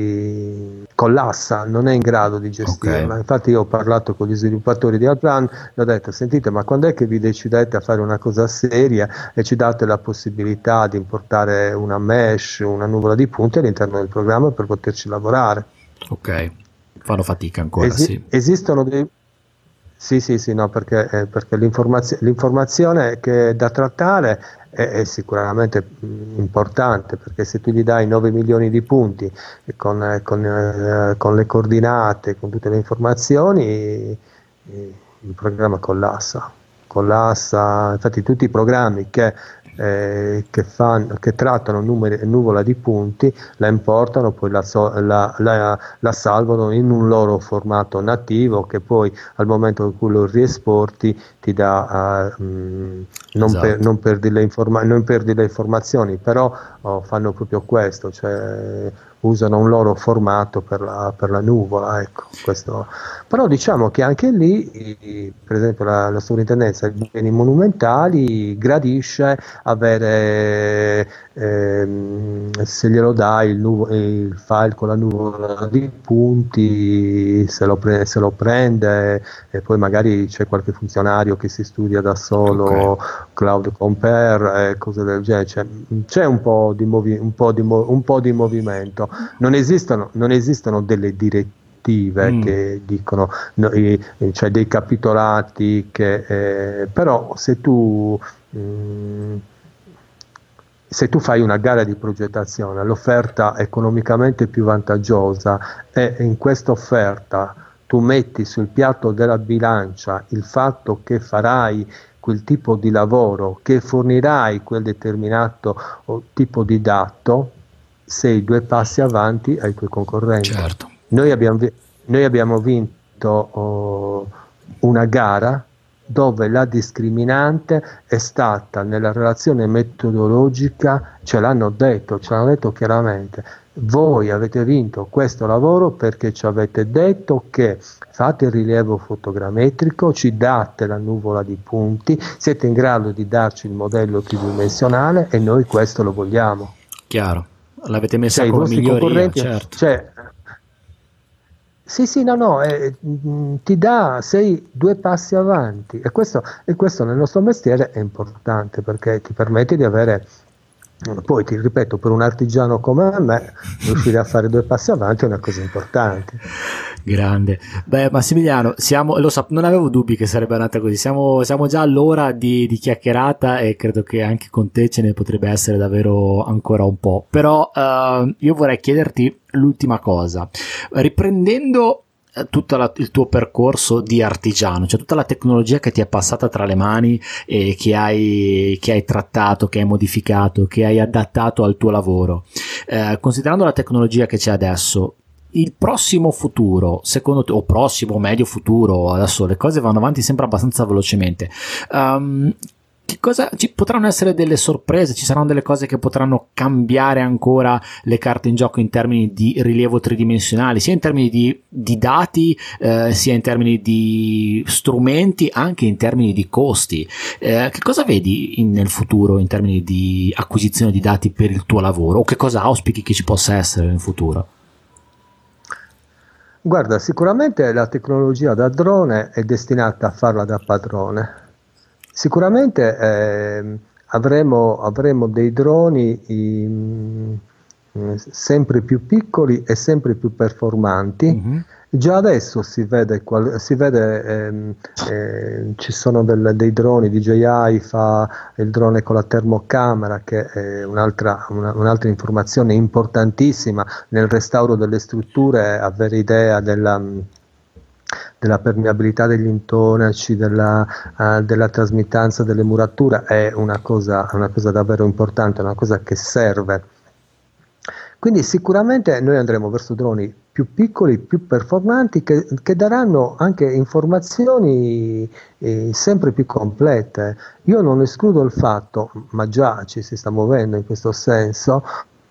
[SPEAKER 2] eh, collassa, non è in grado di gestirla. Okay. Infatti io ho parlato con gli sviluppatori di Allplan e ho detto: sentite, ma quando è che vi decidete a fare una cosa seria e ci date la possibilità di importare una mesh, una nuvola di punti all'interno del programma per poterci lavorare?
[SPEAKER 1] Ok, fanno fatica ancora. Esi- sì.
[SPEAKER 2] Esistono dei Sì, sì, sì, no, perché, eh, perché l'informazio- l'informazione che è da trattare è, è sicuramente mh, importante, perché se tu gli dai nove milioni di punti con, eh, con, eh, con le coordinate, con tutte le informazioni, eh, il programma collassa. Collassa, infatti tutti i programmi che Eh, che, fanno, che trattano numeri, nuvola di punti, la importano, poi la, so, la, la, la salvano in un loro formato nativo che poi al momento in cui lo riesporti ti dà uh, mh, non, esatto. per, non, perdi le informa- non perdi le informazioni, però oh, fanno proprio questo, cioè usano un loro formato per la, per la nuvola, ecco, questo. Però diciamo che anche lì, per esempio la, la sovrintendenza dei beni monumentali gradisce avere, ehm, se glielo dai il, nuvo, il file con la nuvola di punti, se lo, pre, se lo prende, e poi magari c'è qualche funzionario che si studia da solo, okay. Cloud Compare e cose del genere, c'è, c'è un po' di movi, un po' di, un po' di movimento. Non esistono, non esistono delle direttive oggettive mm. che dicono, no, cioè dei capitolati che eh, però se tu mh, se tu fai una gara di progettazione, l'offerta economicamente più vantaggiosa, e in questa offerta tu metti sul piatto della bilancia il fatto che farai quel tipo di lavoro, che fornirai quel determinato tipo di dato, sei due passi avanti ai tuoi concorrenti.
[SPEAKER 1] Certo.
[SPEAKER 2] Noi abbiamo, noi abbiamo vinto oh, una gara dove la discriminante è stata nella relazione metodologica, ce l'hanno detto, ce l'hanno detto chiaramente, voi avete vinto questo lavoro perché ci avete detto che fate il rilievo fotogrammetrico, ci date la nuvola di punti, siete in grado di darci il modello tridimensionale e noi questo lo vogliamo.
[SPEAKER 1] Chiaro, l'avete messa
[SPEAKER 2] cioè,
[SPEAKER 1] come miglioria, certo.
[SPEAKER 2] Cioè, Sì, sì, no, no, eh, ti dà, sei due passi avanti e questo, e questo nel nostro mestiere è importante perché ti permette di avere, poi ti ripeto, per un artigiano come me, riuscire a fare due passi avanti è una cosa importante.
[SPEAKER 1] Grande. Beh, Massimiliano, siamo, lo so, non avevo dubbi che sarebbe andata così, siamo, siamo già all'ora di, di chiacchierata e credo che anche con te ce ne potrebbe essere davvero ancora un po', però uh, io vorrei chiederti l'ultima cosa, riprendendo tutto la, il tuo percorso di artigiano, cioè tutta la tecnologia che ti è passata tra le mani e che hai, che hai trattato, che hai modificato, che hai adattato al tuo lavoro, eh, considerando la tecnologia che c'è adesso, il prossimo futuro, secondo te, o prossimo, medio futuro, adesso le cose vanno avanti sempre abbastanza velocemente, um, che cosa, ci potranno essere delle sorprese, ci saranno delle cose che potranno cambiare ancora le carte in gioco in termini di rilievo tridimensionale, sia in termini di, di dati, eh, sia in termini di strumenti, anche in termini di costi. Eh, che cosa vedi in, nel futuro in termini di acquisizione di dati per il tuo lavoro, o che cosa auspichi che ci possa essere nel futuro?
[SPEAKER 2] Guarda, sicuramente la tecnologia da drone è destinata a farla da padrone. Sicuramente eh, avremo, avremo dei droni in, sempre più piccoli e sempre più performanti. Mm-hmm. Già adesso si vede, si vede ehm, eh, ci sono del, dei droni, D J I fa il drone con la termocamera, che è un'altra, una, un'altra informazione importantissima nel restauro delle strutture, avere idea della, della permeabilità degli intonaci, della, uh, della trasmittanza delle murature è una cosa, una cosa davvero importante, una cosa che serve. Quindi sicuramente noi andremo verso droni più piccoli, più performanti, che, che daranno anche informazioni eh, sempre più complete. Io non escludo il fatto, ma già ci si sta muovendo in questo senso,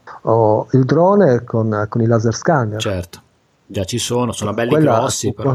[SPEAKER 2] oh, il drone con, con i laser scanner.
[SPEAKER 1] Certo, già ci sono, sono belli Quella, grossi però.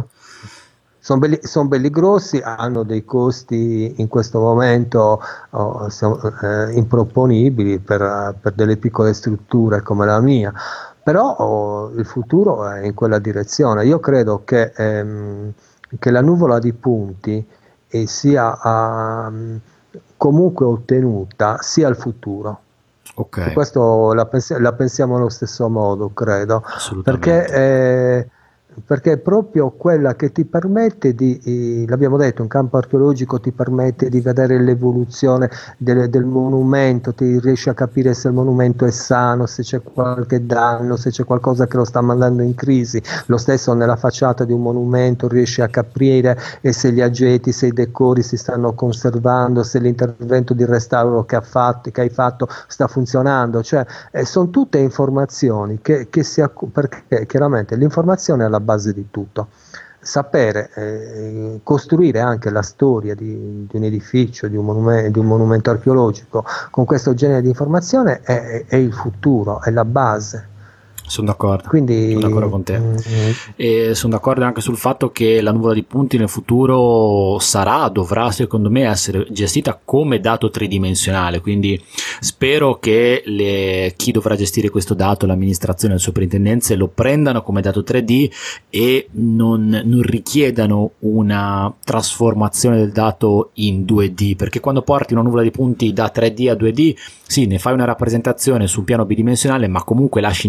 [SPEAKER 2] Sono belli, son belli grossi, hanno dei costi in questo momento oh, sono, eh, improponibili per, per delle piccole strutture come la mia, però oh, il futuro è in quella direzione. Io credo che, ehm, che la nuvola di punti eh, sia um, comunque ottenuta sia il futuro.
[SPEAKER 1] Okay.
[SPEAKER 2] Questo la, pens- la pensiamo allo stesso modo, credo,
[SPEAKER 1] assolutamente.
[SPEAKER 2] Perché eh, perché è proprio quella che ti permette di, eh, l'abbiamo detto, un campo archeologico ti permette di vedere l'evoluzione del, del monumento, ti riesci a capire se il monumento è sano, se c'è qualche danno, se c'è qualcosa che lo sta mandando in crisi. Lo stesso nella facciata di un monumento riesci a capire e se gli aggetti, se i decori si stanno conservando, se l'intervento di restauro che, ha fatto, che hai fatto sta funzionando. Cioè, eh, sono tutte informazioni che, che si acc- perché chiaramente l'informazione è alla base di tutto. Sapere eh, costruire anche la storia di, di un edificio, di un, monume- di un monumento archeologico con questo genere di informazione è, è il futuro, è la base.
[SPEAKER 1] Sono d'accordo,
[SPEAKER 2] Quindi,
[SPEAKER 1] sono d'accordo con te
[SPEAKER 2] mm,
[SPEAKER 1] e sono d'accordo anche sul fatto che la nuvola di punti nel futuro sarà, dovrà secondo me essere gestita come dato tridimensionale, quindi spero che le, chi dovrà gestire questo dato, l'amministrazione e le soprintendenze, lo prendano come dato tre D e non, non richiedano una trasformazione del dato in due D, perché quando porti una nuvola di punti da tre D a due D, sì, ne fai una rappresentazione su un piano bidimensionale, ma comunque lasci indietro un sacco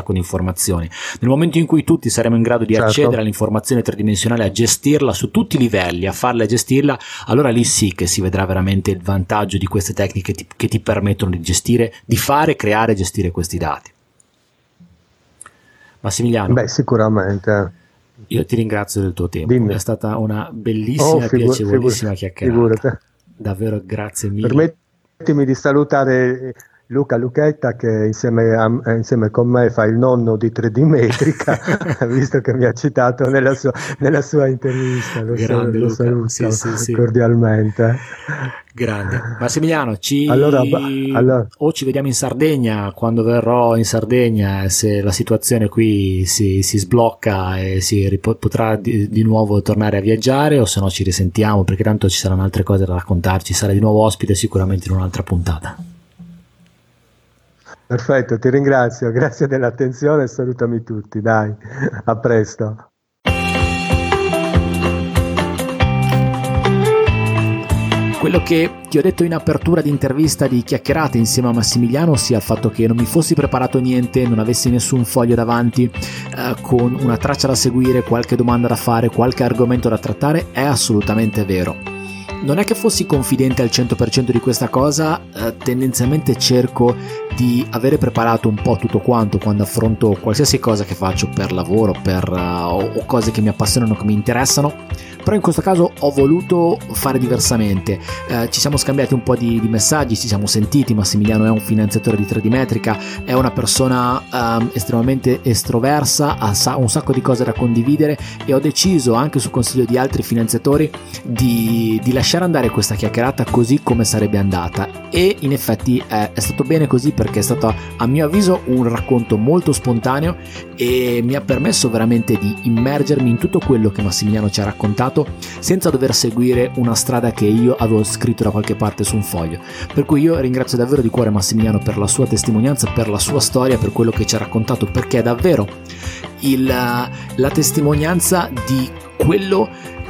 [SPEAKER 1] sacco di informazioni. Nel momento in cui tutti saremo in grado di certo. accedere all'informazione tridimensionale, a gestirla su tutti i livelli, a farla e gestirla, allora lì sì che si vedrà veramente il vantaggio di queste tecniche che ti, che ti permettono di gestire, di fare, creare e gestire questi dati. Massimiliano.
[SPEAKER 2] Beh, sicuramente.
[SPEAKER 1] Io ti ringrazio del tuo tempo,
[SPEAKER 2] Dimmi.
[SPEAKER 1] È stata una bellissima
[SPEAKER 2] oh,
[SPEAKER 1] e
[SPEAKER 2] figu-
[SPEAKER 1] piacevolissima
[SPEAKER 2] figu-
[SPEAKER 1] chiacchierata.
[SPEAKER 2] Figurate.
[SPEAKER 1] Davvero grazie mille.
[SPEAKER 2] Permettimi di salutare Luca Lucchetta, che insieme, a, insieme con me fa il nonno di tre D Metrica, visto che mi ha citato nella sua, nella sua intervista. Lo,
[SPEAKER 1] Grande,
[SPEAKER 2] lo saluto sì, sì, sì. cordialmente.
[SPEAKER 1] Grande. Massimiliano, ci...
[SPEAKER 2] allora, allora...
[SPEAKER 1] o ci vediamo in Sardegna quando verrò in Sardegna, se la situazione qui si, si sblocca e si rip- potrà di, di nuovo tornare a viaggiare, o se no ci risentiamo, perché tanto ci saranno altre cose da raccontarci. Sarai di nuovo ospite sicuramente in un'altra puntata.
[SPEAKER 2] Perfetto, ti ringrazio, grazie dell'attenzione e salutami tutti, dai, a presto.
[SPEAKER 1] Quello che ti ho detto in apertura di intervista di chiacchierate insieme a Massimiliano, sia il fatto che non mi fossi preparato niente, non avessi nessun foglio davanti eh, con una traccia da seguire, qualche domanda da fare, qualche argomento da trattare, è assolutamente vero. Non è che fossi confidente al cento per cento di questa cosa, eh, tendenzialmente cerco di avere preparato un po' tutto quanto quando affronto qualsiasi cosa che faccio per lavoro, per, uh, o cose che mi appassionano, che mi interessano, però in questo caso ho voluto fare diversamente. Eh, ci siamo scambiati un po' di, di messaggi, ci siamo sentiti. Massimiliano è un finanziatore di tre D Metrica, è una persona um, estremamente estroversa, ha sa- un sacco di cose da condividere, e ho deciso, anche su consiglio di altri finanziatori, di, di lasciare andare questa chiacchierata così come sarebbe andata, e in effetti è, è stato bene così, perché è stato, a mio avviso, un racconto molto spontaneo e mi ha permesso veramente di immergermi in tutto quello che Massimiliano ci ha raccontato, senza dover seguire una strada che io avevo scritto da qualche parte su un foglio. Per cui io ringrazio davvero di cuore Massimiliano per la sua testimonianza, per la sua storia, per quello che ci ha raccontato, perché è davvero il, la testimonianza di quello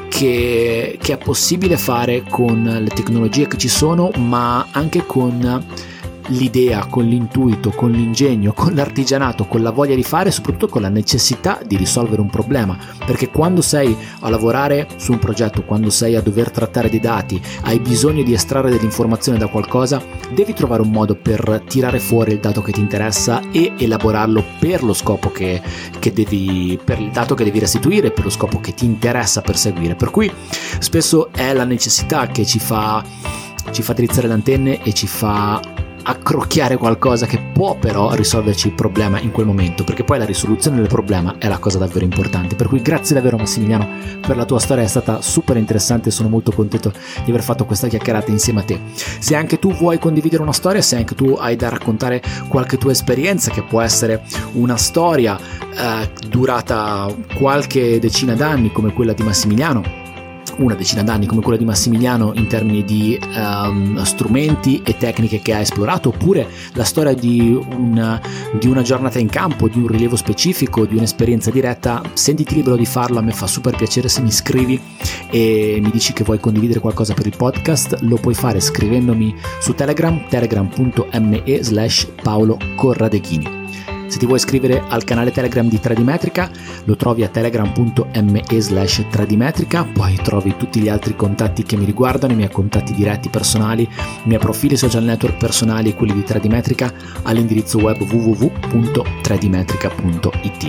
[SPEAKER 1] che, che è possibile fare con le tecnologie che ci sono, ma anche con l'idea, con l'intuito, con l'ingegno, con l'artigianato, con la voglia di fare, soprattutto con la necessità di risolvere un problema, perché quando sei a lavorare su un progetto, quando sei a dover trattare dei dati, hai bisogno di estrarre dell'informazione da qualcosa, devi trovare un modo per tirare fuori il dato che ti interessa e elaborarlo per lo scopo che, che devi, per il dato che devi restituire, per lo scopo che ti interessa perseguire. Per cui spesso è la necessità che ci fa ci fa drizzare le antenne e ci fa accrocchiare qualcosa che può però risolverci il problema in quel momento, perché poi la risoluzione del problema è la cosa davvero importante. Per cui grazie davvero Massimiliano per la tua storia, è stata super interessante e sono molto contento di aver fatto questa chiacchierata insieme a te. Se anche tu vuoi condividere una storia, se anche tu hai da raccontare qualche tua esperienza, che può essere una storia eh, durata qualche decina d'anni come quella di Massimiliano, una decina d'anni come quella di Massimiliano, in termini di um, strumenti e tecniche che ha esplorato, oppure la storia di una, di una giornata in campo, di un rilievo specifico, di un'esperienza diretta, sentiti libero di farlo. A me fa super piacere se mi scrivi e mi dici che vuoi condividere qualcosa per il podcast. Lo puoi fare scrivendomi su Telegram, telegram punto me slash Paolo Corradeghini. Se ti vuoi iscrivere al canale Telegram di tre D Metrica, lo trovi a telegram punto me slash tre D Metrica, poi trovi tutti gli altri contatti che mi riguardano, i miei contatti diretti personali, i miei profili social network personali e quelli di tre D Metrica all'indirizzo web w w w punto tre d metrica punto i t.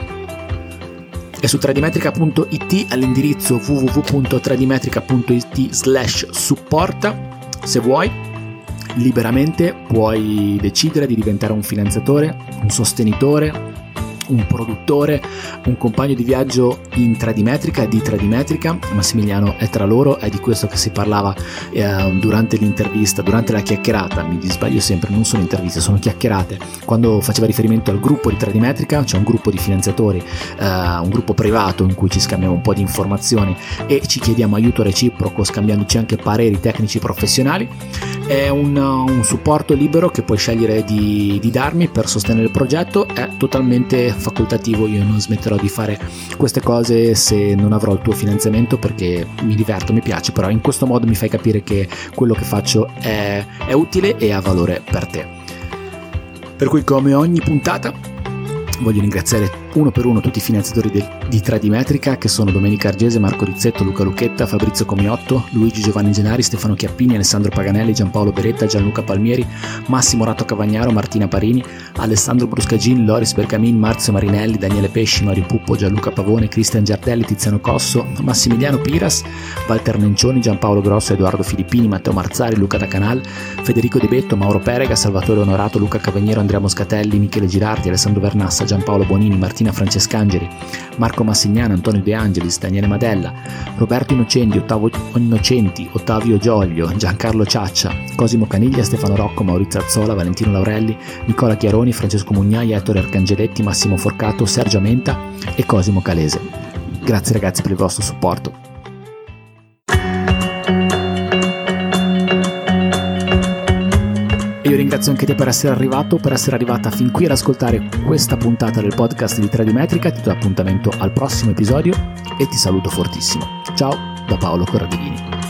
[SPEAKER 1] E su tre d metrica punto i t all'indirizzo w w w punto tre d metrica punto i t slash supporta, se vuoi, liberamente puoi decidere di diventare un finanziatore, un sostenitore, un produttore, un compagno di viaggio in tre D Metrica, di tre D Metrica. Massimiliano è tra loro, è di questo che si parlava eh, durante l'intervista, durante la chiacchierata. Mi sbaglio sempre, non sono interviste, sono chiacchierate. Quando faceva riferimento al gruppo di tre D Metrica, c'è un gruppo di finanziatori, eh, un gruppo privato in cui ci scambiamo un po' di informazioni e ci chiediamo aiuto reciproco, scambiandoci anche pareri tecnici professionali. È un, un supporto libero che puoi scegliere di, di darmi per sostenere il progetto, è totalmente facoltativo. Io non smetterò di fare queste cose se non avrò il tuo finanziamento, perché mi diverto, mi piace, però in questo modo mi fai capire che quello che faccio è, è utile e ha valore per te. Per cui, come ogni puntata, Voglio ringraziare uno per uno tutti i finanziatori de- di tre D Metrica, che sono Domenica Argese, Marco Rizzetto, Luca Lucchetta, Fabrizio Comiotto, Luigi Giovanni Genari, Stefano Chiappini, Alessandro Paganelli, Giampaolo Beretta, Gianluca Palmieri, Massimo Rato Cavagnaro, Martina Parini, Alessandro Bruscagin, Loris Bergamin, Marzio Marinelli, Daniele Pesci, Mario Puppo, Gianluca Pavone, Cristian Giardelli, Tiziano Cosso, Massimiliano Piras, Walter Nencioni, Giampaolo Grosso, Edoardo Filippini, Matteo Marzari, Luca Da Canal, Federico De Betto, Mauro Perega, Salvatore Onorato, Luca Cavagnero, Andrea Moscatelli, Michele Girardi, Alessandro Vernassa, Giampaolo Bonini, Martina Francescangeli, Marco Massignano, Antonio De Angelis, Daniele Madella, Roberto Innocenti, Ottavo Innocenti, Ottavio Gioglio, Giancarlo Ciaccia, Cosimo Caniglia, Stefano Rocco, Maurizio Azzola, Valentino Laurelli, Nicola Chiaroni, Francesco Mugnaia, Ettore Arcangeletti, Massimo Forcato, Sergio Menta e Cosimo Calese. Grazie ragazzi per il vostro supporto. Io ringrazio anche te per essere arrivato, per essere arrivata fin qui ad ascoltare questa puntata del podcast di tre D Metrica. Ti do appuntamento al prossimo episodio e ti saluto fortissimo. Ciao da Paolo Corradini.